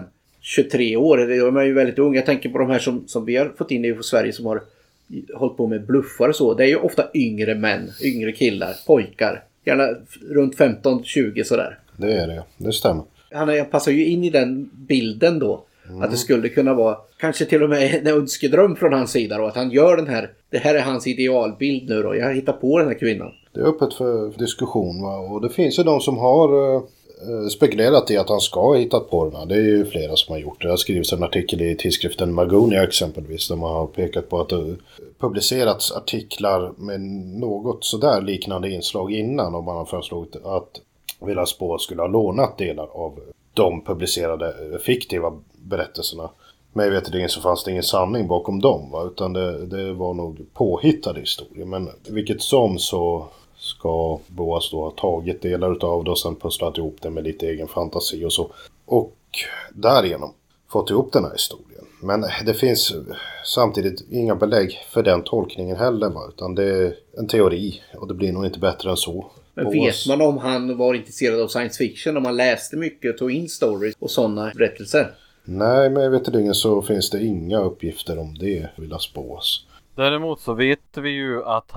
23 år, det är man ju väldigt ung. Jag tänker på de här som vi har fått in i Sverige som har hållit på med bluffar och så. Det är ju ofta yngre män, yngre killar, pojkar. Gärna runt 15-20 sådär. Det är det, det stämmer. Han passar ju in i den bilden då. Att det skulle kunna vara kanske till och med en önskedröm från hans sida då. Att han gör det här är hans idealbild nu då. Jag hittar på den här kvinnan. Det är öppet för diskussion, va? Och det finns ju de som har spekulerat i att han ska ha hittat på den. Det är ju flera som har gjort det. Det har skrivits en artikel i tidskriften Magonia exempelvis där man har pekat på att det publicerats artiklar med något sådär liknande inslag innan och man har föreslagit att Villas-Boas skulle ha lånat delar av de publicerade fiktiva berättelserna. Men jag vet att så fanns det ingen sanning bakom dem, va? Utan det var nog påhittade historier. Men vilket som så ska Boas då ha tagit delar av det och sen pusslat ihop det med lite egen fantasi och så. Och därigenom fått ihop den här historien. Men det finns samtidigt inga belägg för den tolkningen heller, va? Utan det är en teori och det blir nog inte bättre än så. Men vet man om han var intresserad av science fiction, om han läste mycket och tog in stories och sådana berättelser? Nej, men jag vet inte så finns det inga uppgifter om det, Villas-Boas. Däremot så vet vi ju att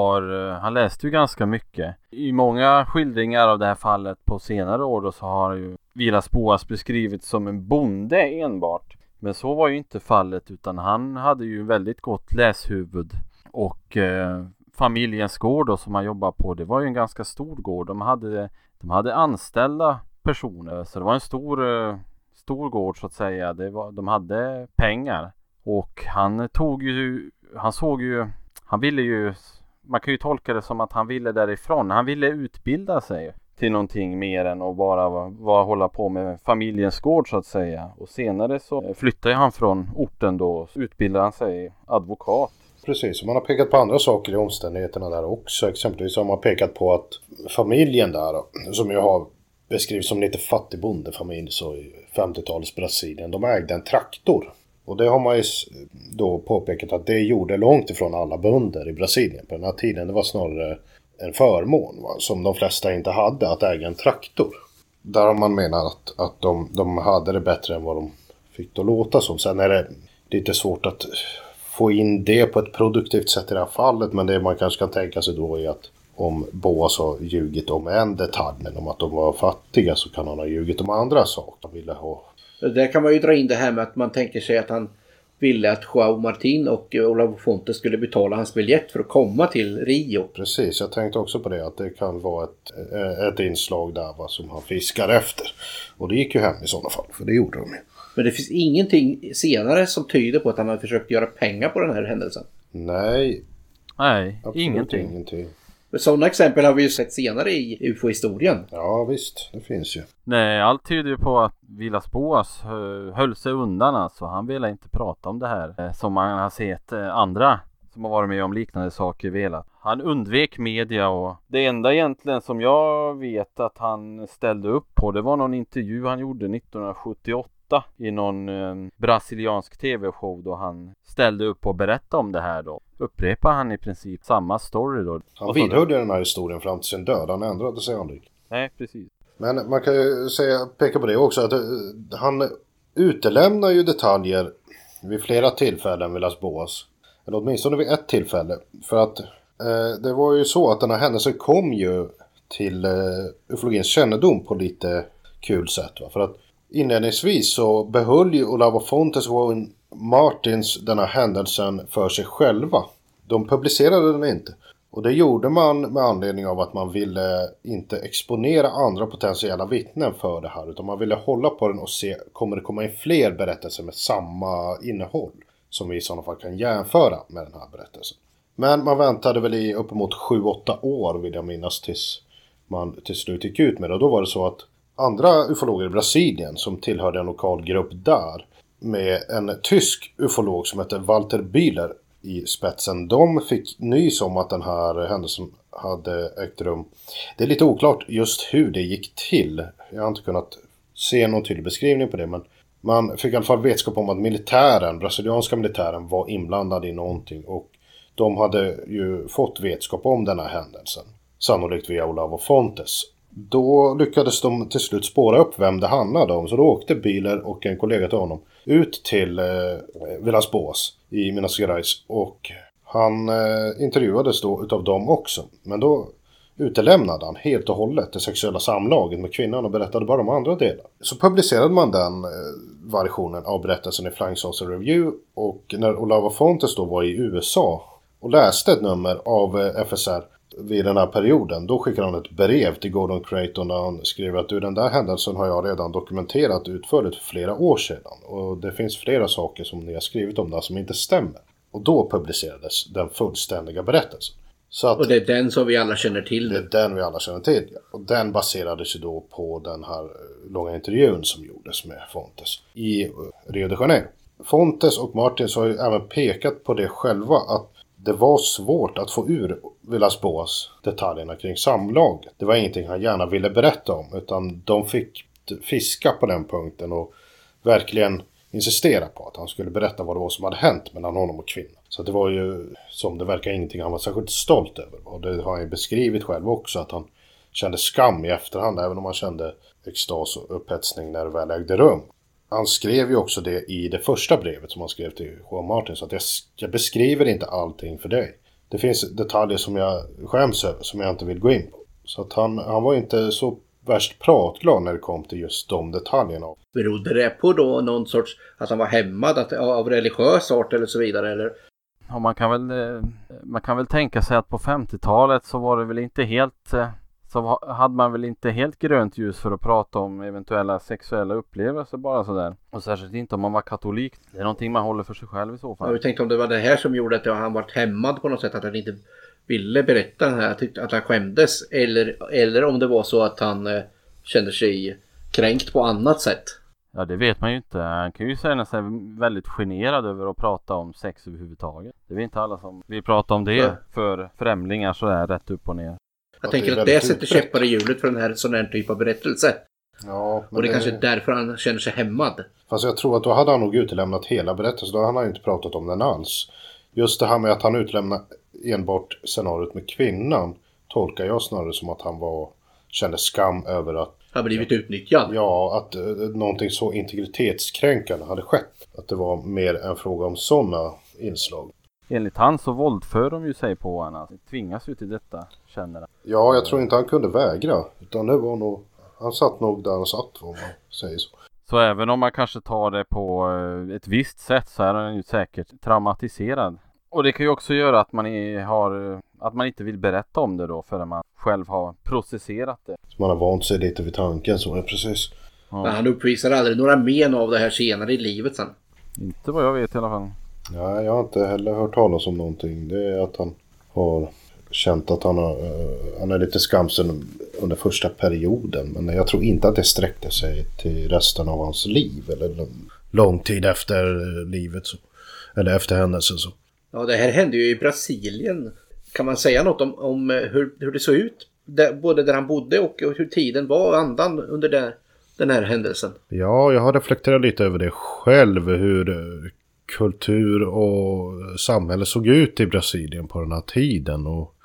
han läste ju ganska mycket. I många skildringar av det här fallet på senare år då så har ju Villas-Boas beskrivits som en bonde enbart. Men så var ju inte fallet, utan han hade ju väldigt gott läshuvud. Och familjens gård då, som han jobbar på, det var ju en ganska stor gård. De hade anställda personer, så det var en stor gård så att säga. De hade pengar. Och han ville ju, man kan ju tolka det som att han ville därifrån. Han ville utbilda sig till någonting mer än att bara hålla på med familjens gård så att säga. Och senare så flyttade han från orten då och utbildade han sig advokat. Precis, och man har pekat på andra saker i omständigheterna där också. Exempelvis har man pekat på att familjen där, som jag har beskrivit som lite fattig bondefamilj så i 50-talets Brasilien, de ägde en traktor. Och det har man ju då påpekat att det gjorde långt ifrån alla bönder i Brasilien på den här tiden. Det var snarare en förmån, va, som de flesta inte hade, att äga en traktor. Där har man menat att de hade det bättre än vad de fick då låta som. Sen är det lite svårt att få in det på ett produktivt sätt i det här fallet. Men det man kanske kan tänka sig då är att om Boas har ljugit om en detalj, men om att de var fattiga, så kan han ha ljugit om andra saker han ville ha. Där kan man ju dra in det här med att man tänker sig att han ville att João Martin och Olavo Fontes skulle betala hans biljett för att komma till Rio. Precis, jag tänkte också på det, att det kan vara ett inslag där, va, som han fiskar efter. Och det gick ju hem i sådana fall, för det gjorde de ju. Men det finns ingenting senare som tyder på att han har försökt göra pengar på den här händelsen. Nej, ingenting. Sådana exempel har vi ju sett senare i UFO-historien. Ja visst, det finns ju. Nej, allt tyder ju på att Villas-Boas höll sig undan, alltså. Han ville inte prata om det här som man har sett andra som har varit med om liknande saker velat. Han undvek media, och det enda egentligen som jag vet att han ställde upp på, det var någon intervju han gjorde 1978 i någon brasiliansk tv-show då han ställde upp och berättade om det här då. Upprepar han i princip samma story då. Han vidhörde den här historien fram till sin död, han ändrade sig aldrig. Nej, precis. Men man kan ju peka på det också att han utelämnar ju detaljer vid flera tillfällen Vilas Boas. Eller åtminstone vid ett tillfälle. För att det var ju så att den här händelsen kom ju till ufologins kännedom på lite kul sätt. Va? För att inledningsvis så behöll ju Olavo Fontes och Martins den här händelsen för sig själva. De publicerade den inte. Och det gjorde man med anledning av att man ville inte exponera andra potentiella vittnen för det här. Utan man ville hålla på den och se, kommer det komma in fler berättelser med samma innehåll som vi i sådana fall kan jämföra med den här berättelsen. Men man väntade väl i uppemot 7-8 år vill jag minnas tills man till slut gick ut med det. Och då var det så att andra ufologer i Brasilien som tillhörde en lokal grupp där med en tysk ufolog som heter Walter Bühler i spetsen. De fick nys om att den här händelsen hade ägt rum. Det är lite oklart just hur det gick till. Jag har inte kunnat se någon tydlig beskrivning på det. Men man fick i alla fall vetskap om att brasilianska militären var inblandad i någonting. Och de hade ju fått vetskap om den här händelsen. Sannolikt via Olavo Fontes. Då lyckades de till slut spåra upp vem det handlade om. Så då åkte Bühler och en kollega till honom ut till Vilas Boas i Minas Gerais. Och han intervjuades då utav dem också. Men då utelämnade han helt och hållet det sexuella samlaget med kvinnan och berättade bara om andra delar. Så publicerade man den versionen av berättelsen i Flying Saucer Review. Och när Olavo Fontes då var i USA och läste ett nummer av FSR vid den här perioden, då skickade han ett brev till Gordon Creighton där han skrev att den där händelsen har jag redan dokumenterat utförligt för flera år sedan. Och det finns flera saker som ni har skrivit om där som inte stämmer. Och då publicerades den fullständiga berättelsen. Så att, och det är den som vi alla känner till. Det är den vi alla känner till. Ja. Och den baserades ju då på den här långa intervjun som gjordes med Fontes i Rio de Janeiro. Fontes och Martins har ju även pekat på det själva att det var svårt att få ur Vilas Boas detaljerna kring samlaget. Det var ingenting han gärna ville berätta om, utan de fick fiska på den punkten och verkligen insistera på att han skulle berätta vad det var som hade hänt mellan honom och kvinnan. Så det var ju, som det verkar, ingenting han var särskilt stolt över. Och det har han ju beskrivit själv också, att han kände skam i efterhand, även om han kände extas och upphetsning när det väl ägde rum. Han skrev ju också det i det första brevet som han skrev till Juan Martin, så att jag beskriver inte allting för dig. Det finns detaljer som jag skäms över, som jag inte vill gå in på. Så att han var inte så värst pratglad när det kom till just de detaljerna. Berodde det på då någon sorts, att han var hämmad av religiös art eller så vidare, eller? Ja, man kan väl tänka sig att på 50-talet så var det väl inte helt... Så hade man väl inte helt grönt ljus för att prata om eventuella sexuella upplevelser bara sådär. Och särskilt inte om man var katolik. Det är någonting man håller för sig själv i så fall. Jag tänkte om det var det här som gjorde att han var hämmad på något sätt. Att han inte ville berätta den här. Att han skämdes. Eller om det var så att han kände sig kränkt på annat sätt. Ja, det vet man ju inte. Han kan ju känna sig väldigt generad över att prata om sex överhuvudtaget. Det är inte alla som vill prata om det för främlingar så där rätt upp och ner. Jag tänker att det sätter käppar i hjulet för den här sån här typ av berättelse. Ja, och det kanske är därför han känner sig hämmad. Fast jag tror att då hade han nog utelämnat hela berättelsen. Då hade han inte pratat om den alls. Just det här med att han utelämnar enbart scenariot med kvinnan tolkar jag snarare som att han kände skam över att han blivit utnyttjad. Ja, att någonting så integritetskränkande hade skett. Att det var mer en fråga om sådana inslag. Enligt han så våldför de ju sig på honom. Tvingas ju till detta, känner han. Ja, jag tror inte han kunde vägra. Utan det var nog... Han satt nog där han satt, vad man säger så. Så även om man kanske tar det på ett visst sätt så är han ju säkert traumatiserad. Och det kan ju också göra att man inte vill berätta om det då förrän man själv har processerat det. Så man har vant sig lite vid tanken, så är precis. Ja. Men han uppvisar aldrig några men av det här senare i livet sen. Inte vad jag vet i alla fall. Ja, jag har inte heller hört talas om någonting. Det är att han har känt att han är lite skamsen under första perioden. Men jag tror inte att det sträckte sig till resten av hans liv. Eller lång tid efter livet. Så. Eller efter händelsen så. Ja, det här hände ju i Brasilien. Kan man säga något om hur det såg ut? Både där han bodde och hur tiden var, andan under den här händelsen. Ja, jag har reflekterat lite över det själv. Hur kultur och samhälle såg ut i Brasilien på den här tiden. Och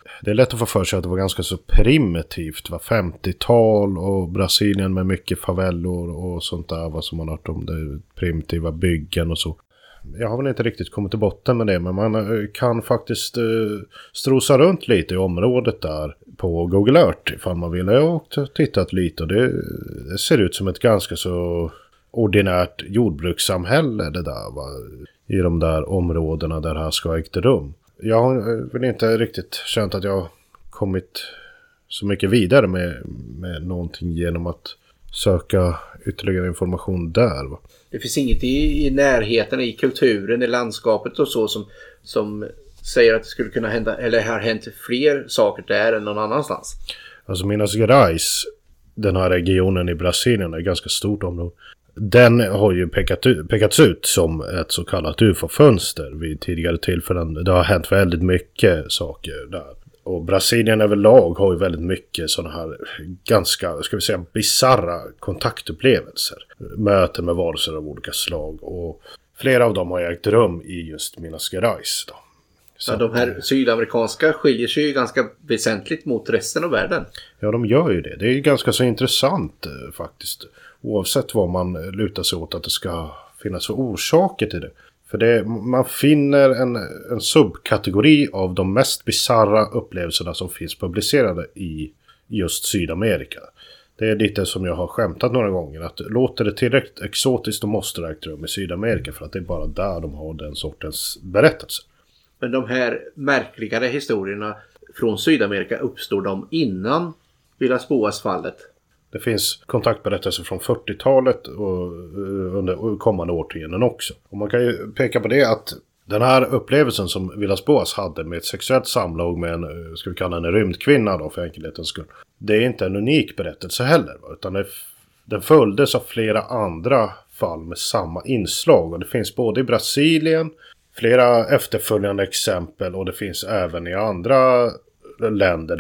det är lätt att få för sig att det var ganska så primitivt. Det var 50-tal och Brasilien med mycket favellor och sånt där. Vad som man har hört om det, primitiva byggen och så. Jag har väl inte riktigt kommit till botten med det, men man kan faktiskt strosa runt lite i området där på Google Earth ifall man vill. Jag har tittat lite och det ser ut som ett ganska så ordinärt jordbrukssamhälle det där, va? I de där områdena där det här ska ha ägt rum. Jag har väl inte riktigt känt att jag har kommit så mycket vidare med någonting genom att söka ytterligare information där, va? Det finns inget i närheten, i kulturen, i landskapet och så som säger att det skulle kunna hända, eller har hänt fler saker där än någon annanstans. Alltså Minas Gerais, den här regionen i Brasilien, är ett ganska stort område. Den har ju pekats ut som ett så kallat UFO-fönster vid tidigare tillfällen. Det har hänt väldigt mycket saker där. Och Brasilien överlag har ju väldigt mycket sådana här ganska, ska vi säga, bizarra kontaktupplevelser. Möten med varelser av olika slag. Och flera av dem har ägt rum i just Minas Gerais då. Så de här sydamerikanska skiljer sig ju ganska väsentligt mot resten av världen. Ja, de gör ju det. Det är ju ganska så intressant faktiskt. Oavsett vad man lutar sig åt att det ska finnas för orsaker till det. För man finner en subkategori av de mest bizarra upplevelserna som finns publicerade i just Sydamerika. Det är lite som jag har skämtat några gånger. Att låter det tillräckligt exotiskt, då måste det ha ägt rum i Sydamerika. För att det är bara där de har den sortens berättelser. Men de här märkligare historierna från Sydamerika uppstod de innan Vilas Boas-fallet. Det finns kontaktberättelser från 40-talet och under kommande årtionden också. Och man kan ju peka på det att den här upplevelsen som Vilas Boas hade med ett sexuellt samlag med en, ska vi kalla en rymdkvinna då för enkelhetens skull. Det är inte en unik berättelse heller, utan den följdes av flera andra fall med samma inslag. Och det finns både i Brasilien, flera efterföljande exempel, och det finns även i andra länder.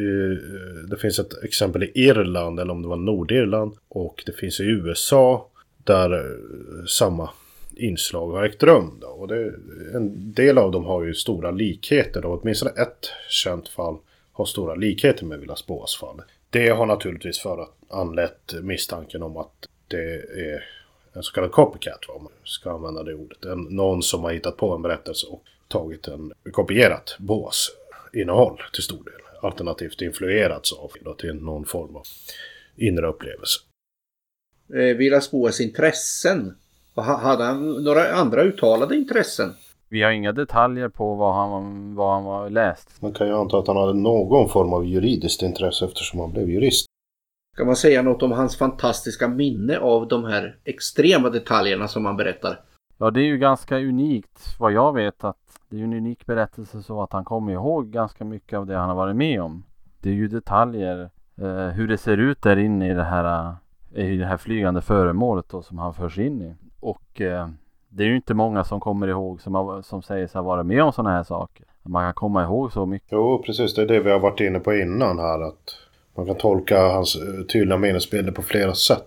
Det finns ett exempel i Irland, eller om det var Nordirland, och det finns i USA där samma inslag har ägt rum då. Och en del av dem har ju stora likheter då. Åtminstone ett känt fall har stora likheter med Vilas Boas-fallet. Det har naturligtvis anlett misstanken om att det är en så kallad copycat, vad man ska använda det ordet. Någon som har hittat på en berättelse och kopierat Boas innehåll till stor del. Alternativt influerats av till någon form av inre upplevelse. Vilas Boas intressen. Hade han några andra uttalade intressen? Vi har inga detaljer på vad han var läst. Man kan ju anta att han hade någon form av juridiskt intresse eftersom han blev jurist. Kan man säga något om hans fantastiska minne av de här extrema detaljerna som han berättar? Ja, det är ju ganska unikt vad jag vet, att det är en unik berättelse så att han kommer ihåg ganska mycket av det han har varit med om. Det är ju detaljer, hur det ser ut där inne i det här flygande föremålet då, som han förs in i. Och det är ju inte många som kommer ihåg som säger sig ha varit med om sådana här saker. Man kan komma ihåg så mycket. Jo, precis. Det är det vi har varit inne på innan här. Att man kan tolka hans tydliga minnesbilder på flera sätt.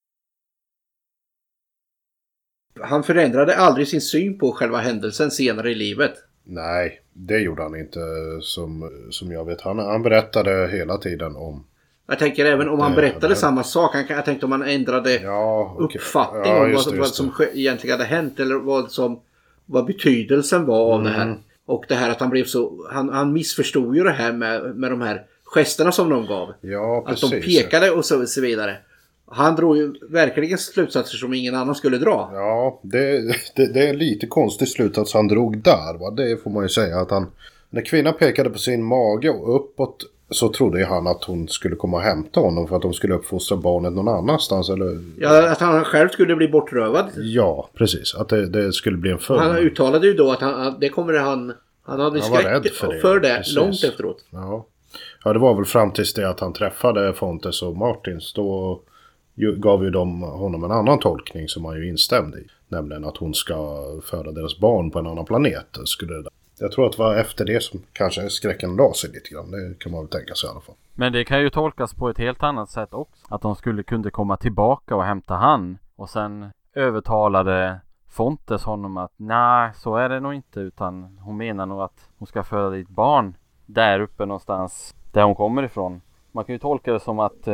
Han förändrade aldrig sin syn på själva händelsen senare i livet. Nej, det gjorde han inte som jag vet. Han berättade hela tiden om... Jag tänker även om han berättade samma sak. Jag tänkte om han ändrade uppfattning om vad som egentligen hade hänt. Eller vad betydelsen var av det här. Och det här att han blev så... Han missförstod ju det här med de här gesterna som de gav. Ja, precis. Att de pekade och så vidare. Han drog ju verkligen slutsatser som ingen annan skulle dra. Ja, det är lite konstigt slutsats han drog där. Va? Det får man ju säga att när kvinnan pekade på sin mage och uppåt, så trodde han att hon skulle komma och hämta honom för att de skulle uppfostra barnet någon annanstans. Eller... Ja, att han själv skulle bli bortrövad. Ja, precis. Att det skulle bli en följd. Han uttalade ju då att han hade skräck för det långt efteråt. Ja, det var väl fram tills det att han träffade Fontes och Martins. Då gav ju de honom en annan tolkning som han ju instämde i. Nämligen att hon ska föda deras barn på en annan planet. Jag tror att det var efter det som kanske skräcken la sig lite grann. Det kan man väl tänka sig i alla fall. Men det kan ju tolkas på ett helt annat sätt också. Att de kunde komma tillbaka och hämta han. Och sen övertalade Fontes honom att nej, så är det nog inte. Utan hon menar nog att hon ska föda ditt barn där uppe någonstans där hon kommer ifrån. Man kan ju tolka det som att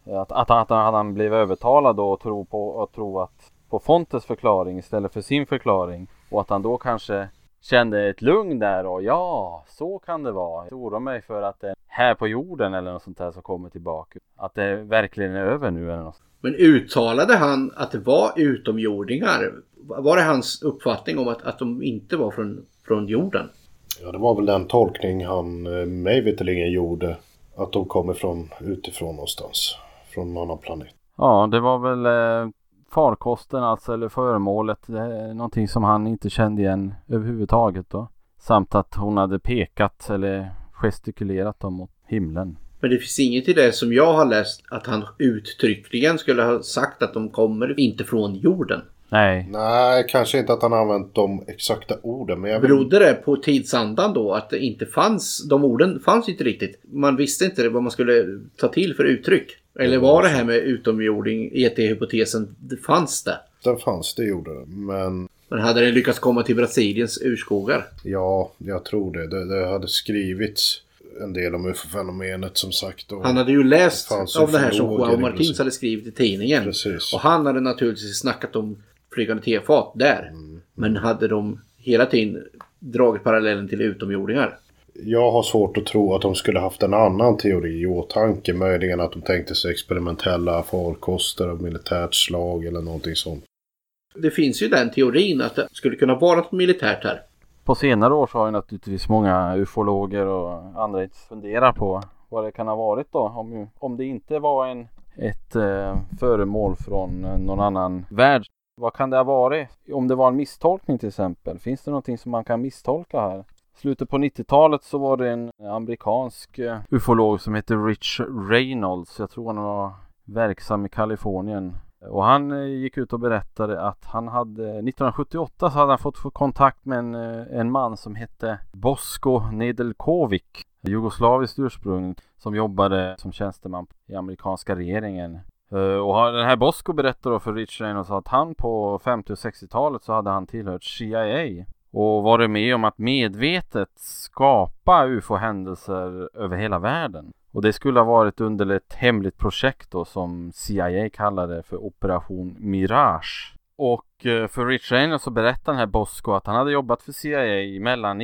han blev övertalad och tro att på Fontes förklaring istället för sin förklaring. Och att han då kanske kände ett lugn där och ja, så kan det vara. Jag oroar mig för att det är här på jorden eller något sånt där som kommer tillbaka. Att det verkligen är över nu eller något. Men uttalade han att det var utomjordingar? Var det hans uppfattning om att de inte var från jorden? Ja, det var väl den tolkning han mig veterligen gjorde. Att de kommer utifrån någonstans. Från en annan planet. Ja, det var väl farkosten alltså, eller föremålet. Det är någonting som han inte kände igen överhuvudtaget då. Samt att hon hade pekat eller gestikulerat dem mot himlen. Men det finns inget i det som jag har läst att han uttryckligen skulle ha sagt att de kommer inte från jorden. Nej, kanske inte att han använt de exakta orden. Men berodde det på tidsandan då att det inte fanns, de orden fanns inte riktigt. Man visste inte vad man skulle ta till för uttryck. Eller var det här med utomjording, ET-hypotesen, det fanns det? Den fanns, det gjorde det. Men hade den lyckats komma till Brasiliens urskogar? Ja, jag tror det. Det hade skrivits en del om UFO-fenomenet som sagt. Han hade ju läst av det här som Joao Martins hade skrivit i tidningen. Precis. Och han hade naturligtvis snackat om flygande tefat där. Men hade de hela tiden dragit parallellen till utomjordingar? Jag har svårt att tro att de skulle haft en annan teori i åtanke. Möjligen att de tänkte sig experimentella farkoster av militärt slag eller någonting sånt. Det finns ju den teorin att det skulle kunna vara något militärt här. På senare år så har ju naturligtvis många ufologer och andra funderat på vad det kan ha varit då. Om det inte var ett föremål från någon annan värld. Vad kan det ha varit? Om det var en misstolkning till exempel. Finns det någonting som man kan misstolka här? Slutet på 90-talet så var det en amerikansk ufolog som heter Rich Reynolds. Jag tror han var verksam i Kalifornien. Och han gick ut och berättade att han hade 1978 så hade han fått kontakt med en man som hette Bosko Nedeljkovic, jugoslaviskt ursprung, som jobbade som tjänsteman i amerikanska regeringen. Och den här Bosko berättade då för Rich Reynolds att han på 50- och 60-talet så hade han tillhört CIA och varit med om att medvetet skapa UFO-händelser över hela världen. Och det skulle ha varit under ett hemligt projekt då, som CIA kallade för Operation Mirage. Och för Rich Reynolds så berättade den här Bosko att han hade jobbat för CIA mellan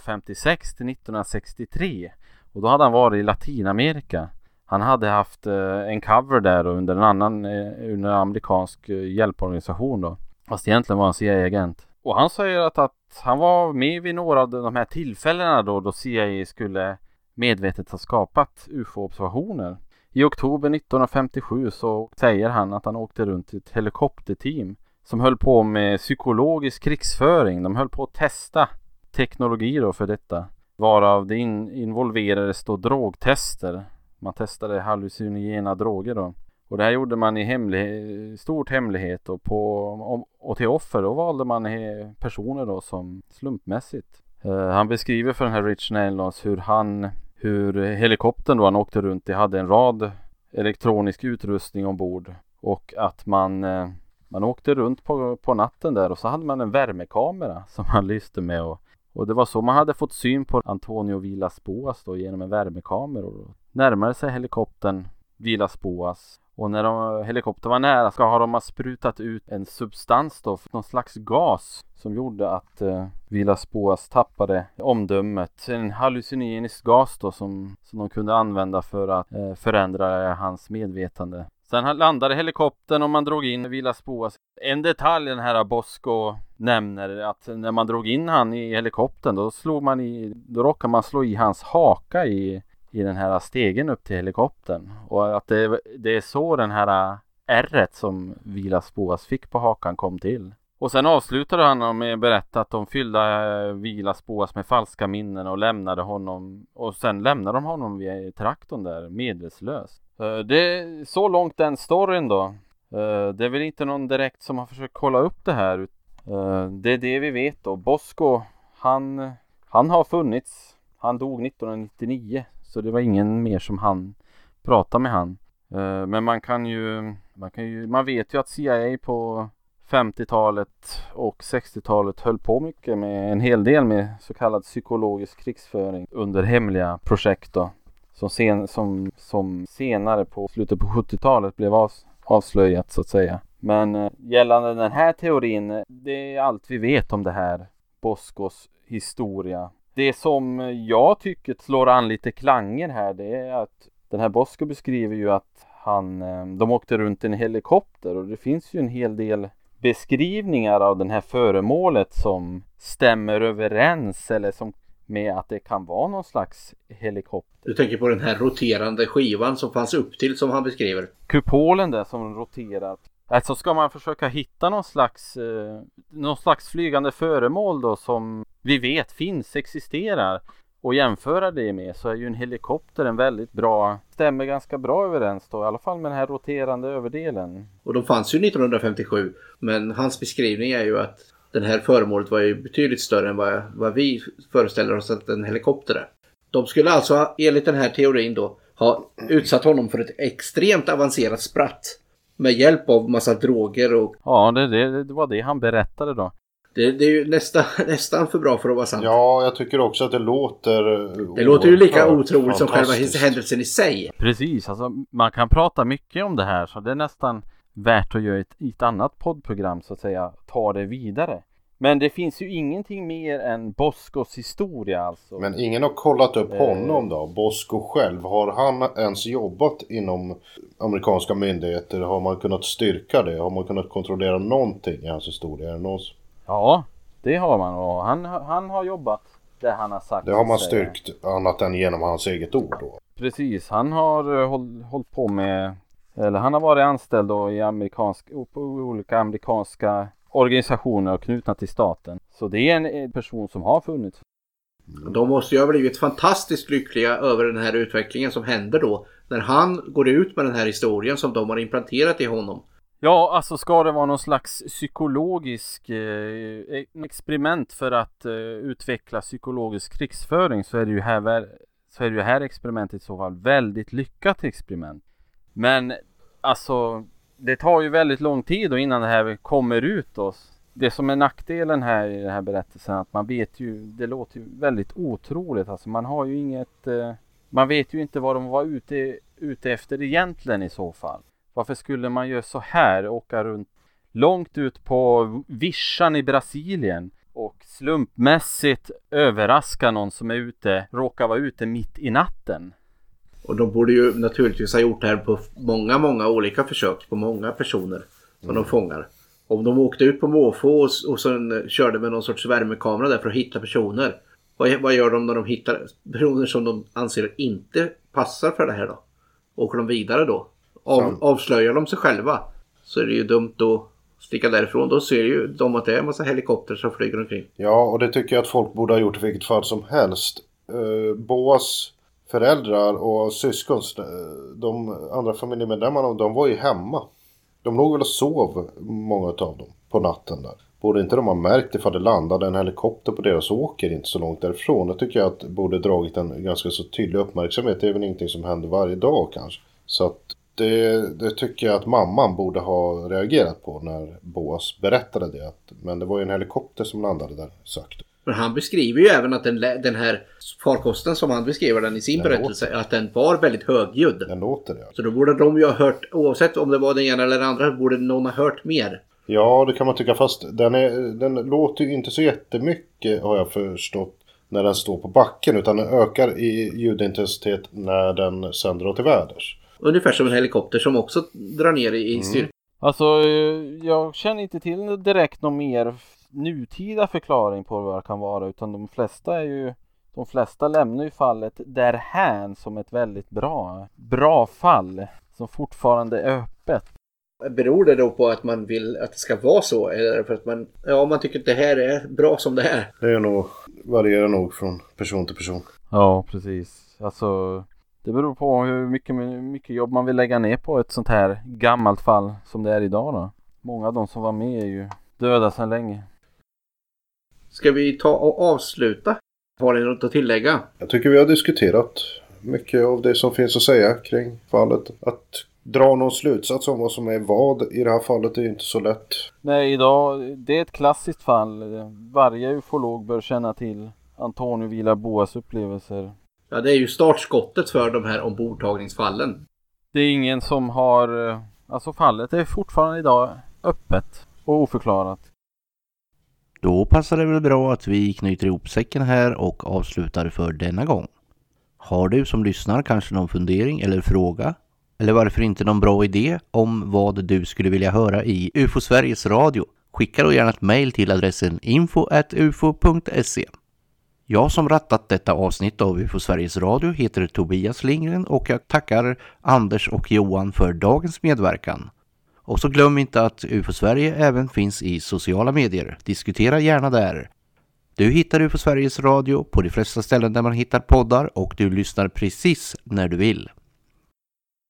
1956 till 1963. Och då hade han varit i Latinamerika. Han hade haft en cover där under en amerikansk hjälporganisation då. Fast egentligen var han CIA-agent. Och han säger att han var med vid några av de här tillfällena då CIA skulle medvetet ha skapat UFO-observationer. I oktober 1957 så säger han att han åkte runt i ett helikopterteam som höll på med psykologisk krigsföring. De höll på att testa teknologi då för detta. Varav det involverades då drogtester. Man testade hallucinogena droger då. Och det här gjorde man i stort hemlighet och till offer då valde man personer då som slumpmässigt. Han beskriver för den här Rich Reynolds hur helikoptern då han åkte runt i hade en rad elektronisk utrustning ombord. Och att man åkte runt på natten där och så hade man en värmekamera som man lyste med. Och det var så man hade fått syn på Antonio Vilas Boas då genom en värmekamera. Och närmade sig helikoptern Vilas Boas. Och när helikoptern var nära så har de sprutat ut en substans då, någon slags gas som gjorde att Vilas Boas tappade omdömet. En hallucinogenisk gas då som de kunde använda för att förändra hans medvetande. Sen landade helikoptern och man drog in Vilas Boas. En detalj den här Bosko nämner att när man drog in han i helikoptern då råkade man slå i hans haka i den här stegen upp till helikoptern. Och att det är så den här ärret som Vilas Boas fick på hakan kom till. Och sen avslutade han med att berätta att de fyllde Vilas Boas med falska minnen och lämnade honom. Och sen lämnade de honom vid traktorn där medvetslös. Det är så långt den storyn då. Det är väl inte någon direkt som har försökt kolla upp det här. Det är det vi vet då. Bosko, han har funnits. Han dog 1999. Så det var ingen mer som han pratade med han. Men man vet ju att CIA på 50-talet och 60-talet höll på mycket med en hel del med så kallad psykologisk krigsföring under hemliga projekt då, som senare på slutet på 70-talet blev avslöjat så att säga. Men gällande den här teorin, det är allt vi vet om det här Boscos historia. Det som jag tycker slår an lite klanger här, det är att den här Bosco beskriver ju att de åkte runt i en helikopter, och det finns ju en hel del beskrivningar av det här föremålet som stämmer överens eller som med att det kan vara någon slags helikopter. Du tänker på den här roterande skivan som fanns upp till som han beskriver. Kupolen där som roterar. Alltså ska man försöka hitta någon slags flygande föremål då som vi vet existerar och jämföra det med, så är ju en helikopter en väldigt bra, stämmer ganska bra överens då, i alla fall med den här roterande överdelen. Och de fanns ju 1957, men hans beskrivning är ju att den här föremålet var ju betydligt större än vad vi föreställer oss att en helikopter är. De skulle alltså enligt den här teorin då ha utsatt honom för ett extremt avancerat spratt med hjälp av massa droger och... Ja, det var det han berättade då. Det är ju nästan för bra för att vara sant. Ja, jag tycker också att det låter... Det låter ju lika otroligt som själva händelsen i sig. Precis, alltså man kan prata mycket om det här, så det är nästan värt att göra ett annat poddprogram så att säga, ta det vidare. Men det finns ju ingenting mer än Boscos historia alltså. Men ingen har kollat upp honom då? Bosco själv, har han ens jobbat inom amerikanska myndigheter? Har man kunnat styrka det? Har man kunnat kontrollera någonting i hans historia? Ja, det har man, och han har jobbat det han har sagt. Det har man styrkt annat än genom hans eget ord då? Precis, han har hållit på med, eller han har varit anställd då i olika amerikanska organisationer och knutna till staten. Så det är en person som har funnits. De måste ju ha blivit fantastiskt lyckliga över den här utvecklingen som händer då. När han går ut med den här historien som de har implanterat i honom. Ja, alltså ska det vara någon slags psykologisk experiment för att utveckla psykologisk krigsföring, så är det ju här experimentet i så fall väldigt lyckat experiment. Men alltså det tar ju väldigt lång tid då innan det här kommer ut oss. Det som är nackdelen här i den här berättelsen, att man vet ju, det låter ju väldigt otroligt. Alltså man har ju man vet ju inte vad de var ute efter egentligen i så fall. Varför skulle man göra så här, åka runt långt ut på vischan i Brasilien och slumpmässigt överraska någon som råkar vara ute mitt i natten? Och de borde ju naturligtvis ha gjort det här på många olika försök på många personer som de fångar. Om de åkte ut på måfå och sen körde med någon sorts värmekamera där för att hitta personer. Vad gör de när de hittar personer som de anser inte passar för det här då? Åker de vidare då? Avslöjar de sig själva, så är det ju dumt att sticka därifrån. Då ser ju de att det är en massa helikopter som flyger omkring. Ja, och det tycker jag att folk borde ha gjort i vilket fall som helst. Boas föräldrar och syskon, de andra familjemedlemmarna, de var ju hemma. De låg väl och sov, många av dem, på natten där. Borde inte de ha märkt ifall det landade en helikopter på deras åker inte så långt därifrån? Det tycker jag att borde dragit en ganska så tydlig uppmärksamhet. Det är väl ingenting som händer varje dag kanske. Så att det tycker jag att mamman borde ha reagerat på när Boas berättade det. Men det var ju en helikopter som landade där, sagt. Men han beskriver ju även att den här farkosten som han beskriver den i sin berättelse, att den var väldigt högljudd. Den låter det. Så då borde de ju ha hört, oavsett om det var den ena eller den andra, borde någon ha hört mer. Ja, det kan man tycka, fast den låter ju inte så jättemycket, har jag förstått, när den står på backen, utan den ökar i ljudintensitet när den sen drar till väders. Ungefär som en helikopter som också drar ner i styrka. Alltså, jag känner inte till direkt någon mer nutida förklaring på vad det kan vara, utan de flesta lämnar ju fallet därhän som ett väldigt bra fall som fortfarande är öppet. Beror det då på att man vill att det ska vara så, eller för att man tycker att det här är bra som det är? Det varierar nog från person till person. Ja, precis. Alltså, det beror på hur mycket jobb man vill lägga ner på ett sånt här gammalt fall som det är idag då. Många av de som var med är ju döda sedan länge. Ska vi ta och avsluta? Har ni något att tillägga? Jag tycker vi har diskuterat mycket av det som finns att säga kring fallet. Att dra någon slutsats om vad som är vad i det här fallet är ju inte så lätt. Nej, idag, det är ett klassiskt fall. Varje ufolog bör känna till Antonio Villas-Boas upplevelser. Ja, det är ju startskottet för de här ombordtagningsfallen. Det är ingen som har... Alltså fallet är fortfarande idag öppet och oförklarat. Då passar det väl bra att vi knyter ihop säcken här och avslutar för denna gång. Har du som lyssnar kanske någon fundering eller fråga? Eller varför inte någon bra idé om vad du skulle vilja höra i UFO Sveriges Radio? Skicka då gärna ett mejl till adressen info@ufo.se. Jag som rattat detta avsnitt av UFO Sveriges Radio heter Tobias Lindgren och jag tackar Anders och Johan för dagens medverkan. Och så glöm inte att UFO Sverige även finns i sociala medier. Diskutera gärna där. Du hittar UFO Sveriges Radio på de flesta ställen där man hittar poddar och du lyssnar precis när du vill.